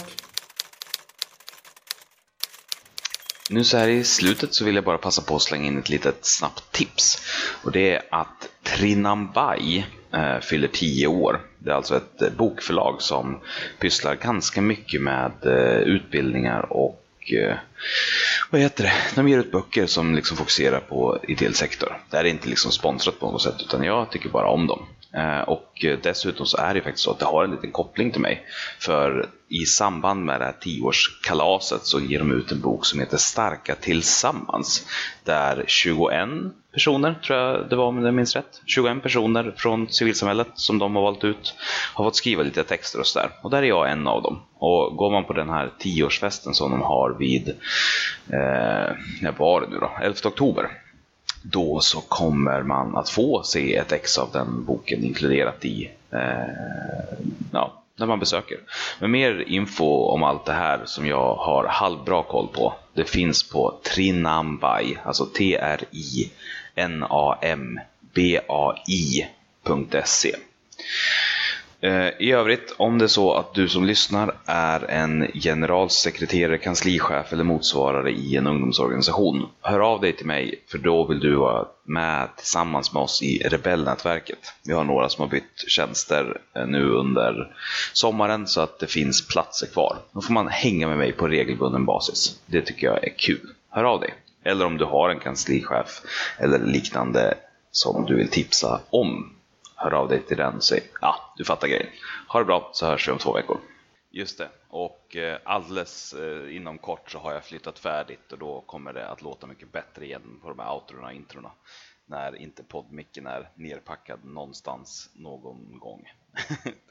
Nu så här i slutet så vill jag bara passa på att slänga in ett litet snabbt tips. Och det är att Trinambai fyller 10 år. Det är alltså ett bokförlag som pysslar ganska mycket med utbildningar och de ger ut böcker som liksom fokuserar på ideell sektor. Det är inte liksom sponsrat på något sätt, utan jag tycker bara om dem. Och dessutom så är det faktiskt så att det har en liten koppling till mig. För i samband med det här 10-årskalaset så ger de ut en bok som heter Starka tillsammans. Där 21 personer, tror jag det var om jag minns rätt, 21 personer från civilsamhället som de har valt ut har fått skriva lite texter och sådär. Och där är jag en av dem. Och går man på den här 10-årsfesten som de har vid, när var det nu då? 11 oktober. Då så kommer man att få se ett ex av den boken inkluderat i när man besöker. Men mer info om allt det här som jag har halvbra koll på, det finns på Trinambai, alltså trinambai.se. I övrigt, om det är så att du som lyssnar är en generalsekreterare, kanslichef eller motsvarare i en ungdomsorganisation, hör av dig till mig, för då vill du vara med tillsammans med oss i Rebellnätverket. Vi har några som har bytt tjänster nu under sommaren, så att det finns platser kvar. Då får man hänga med mig på regelbunden basis. Det tycker jag är kul. Hör av dig. Eller om du har en kanslichef eller liknande som du vill tipsa om, hör av dig till den och säg, du fattar grejen. Ha det bra, så hörs vi om 2 veckor. Just det, och alldeles inom kort så har jag flyttat färdigt, och då kommer det att låta mycket bättre igen på de här outrorna och introna. När inte poddmicken är nerpackad någonstans någon gång.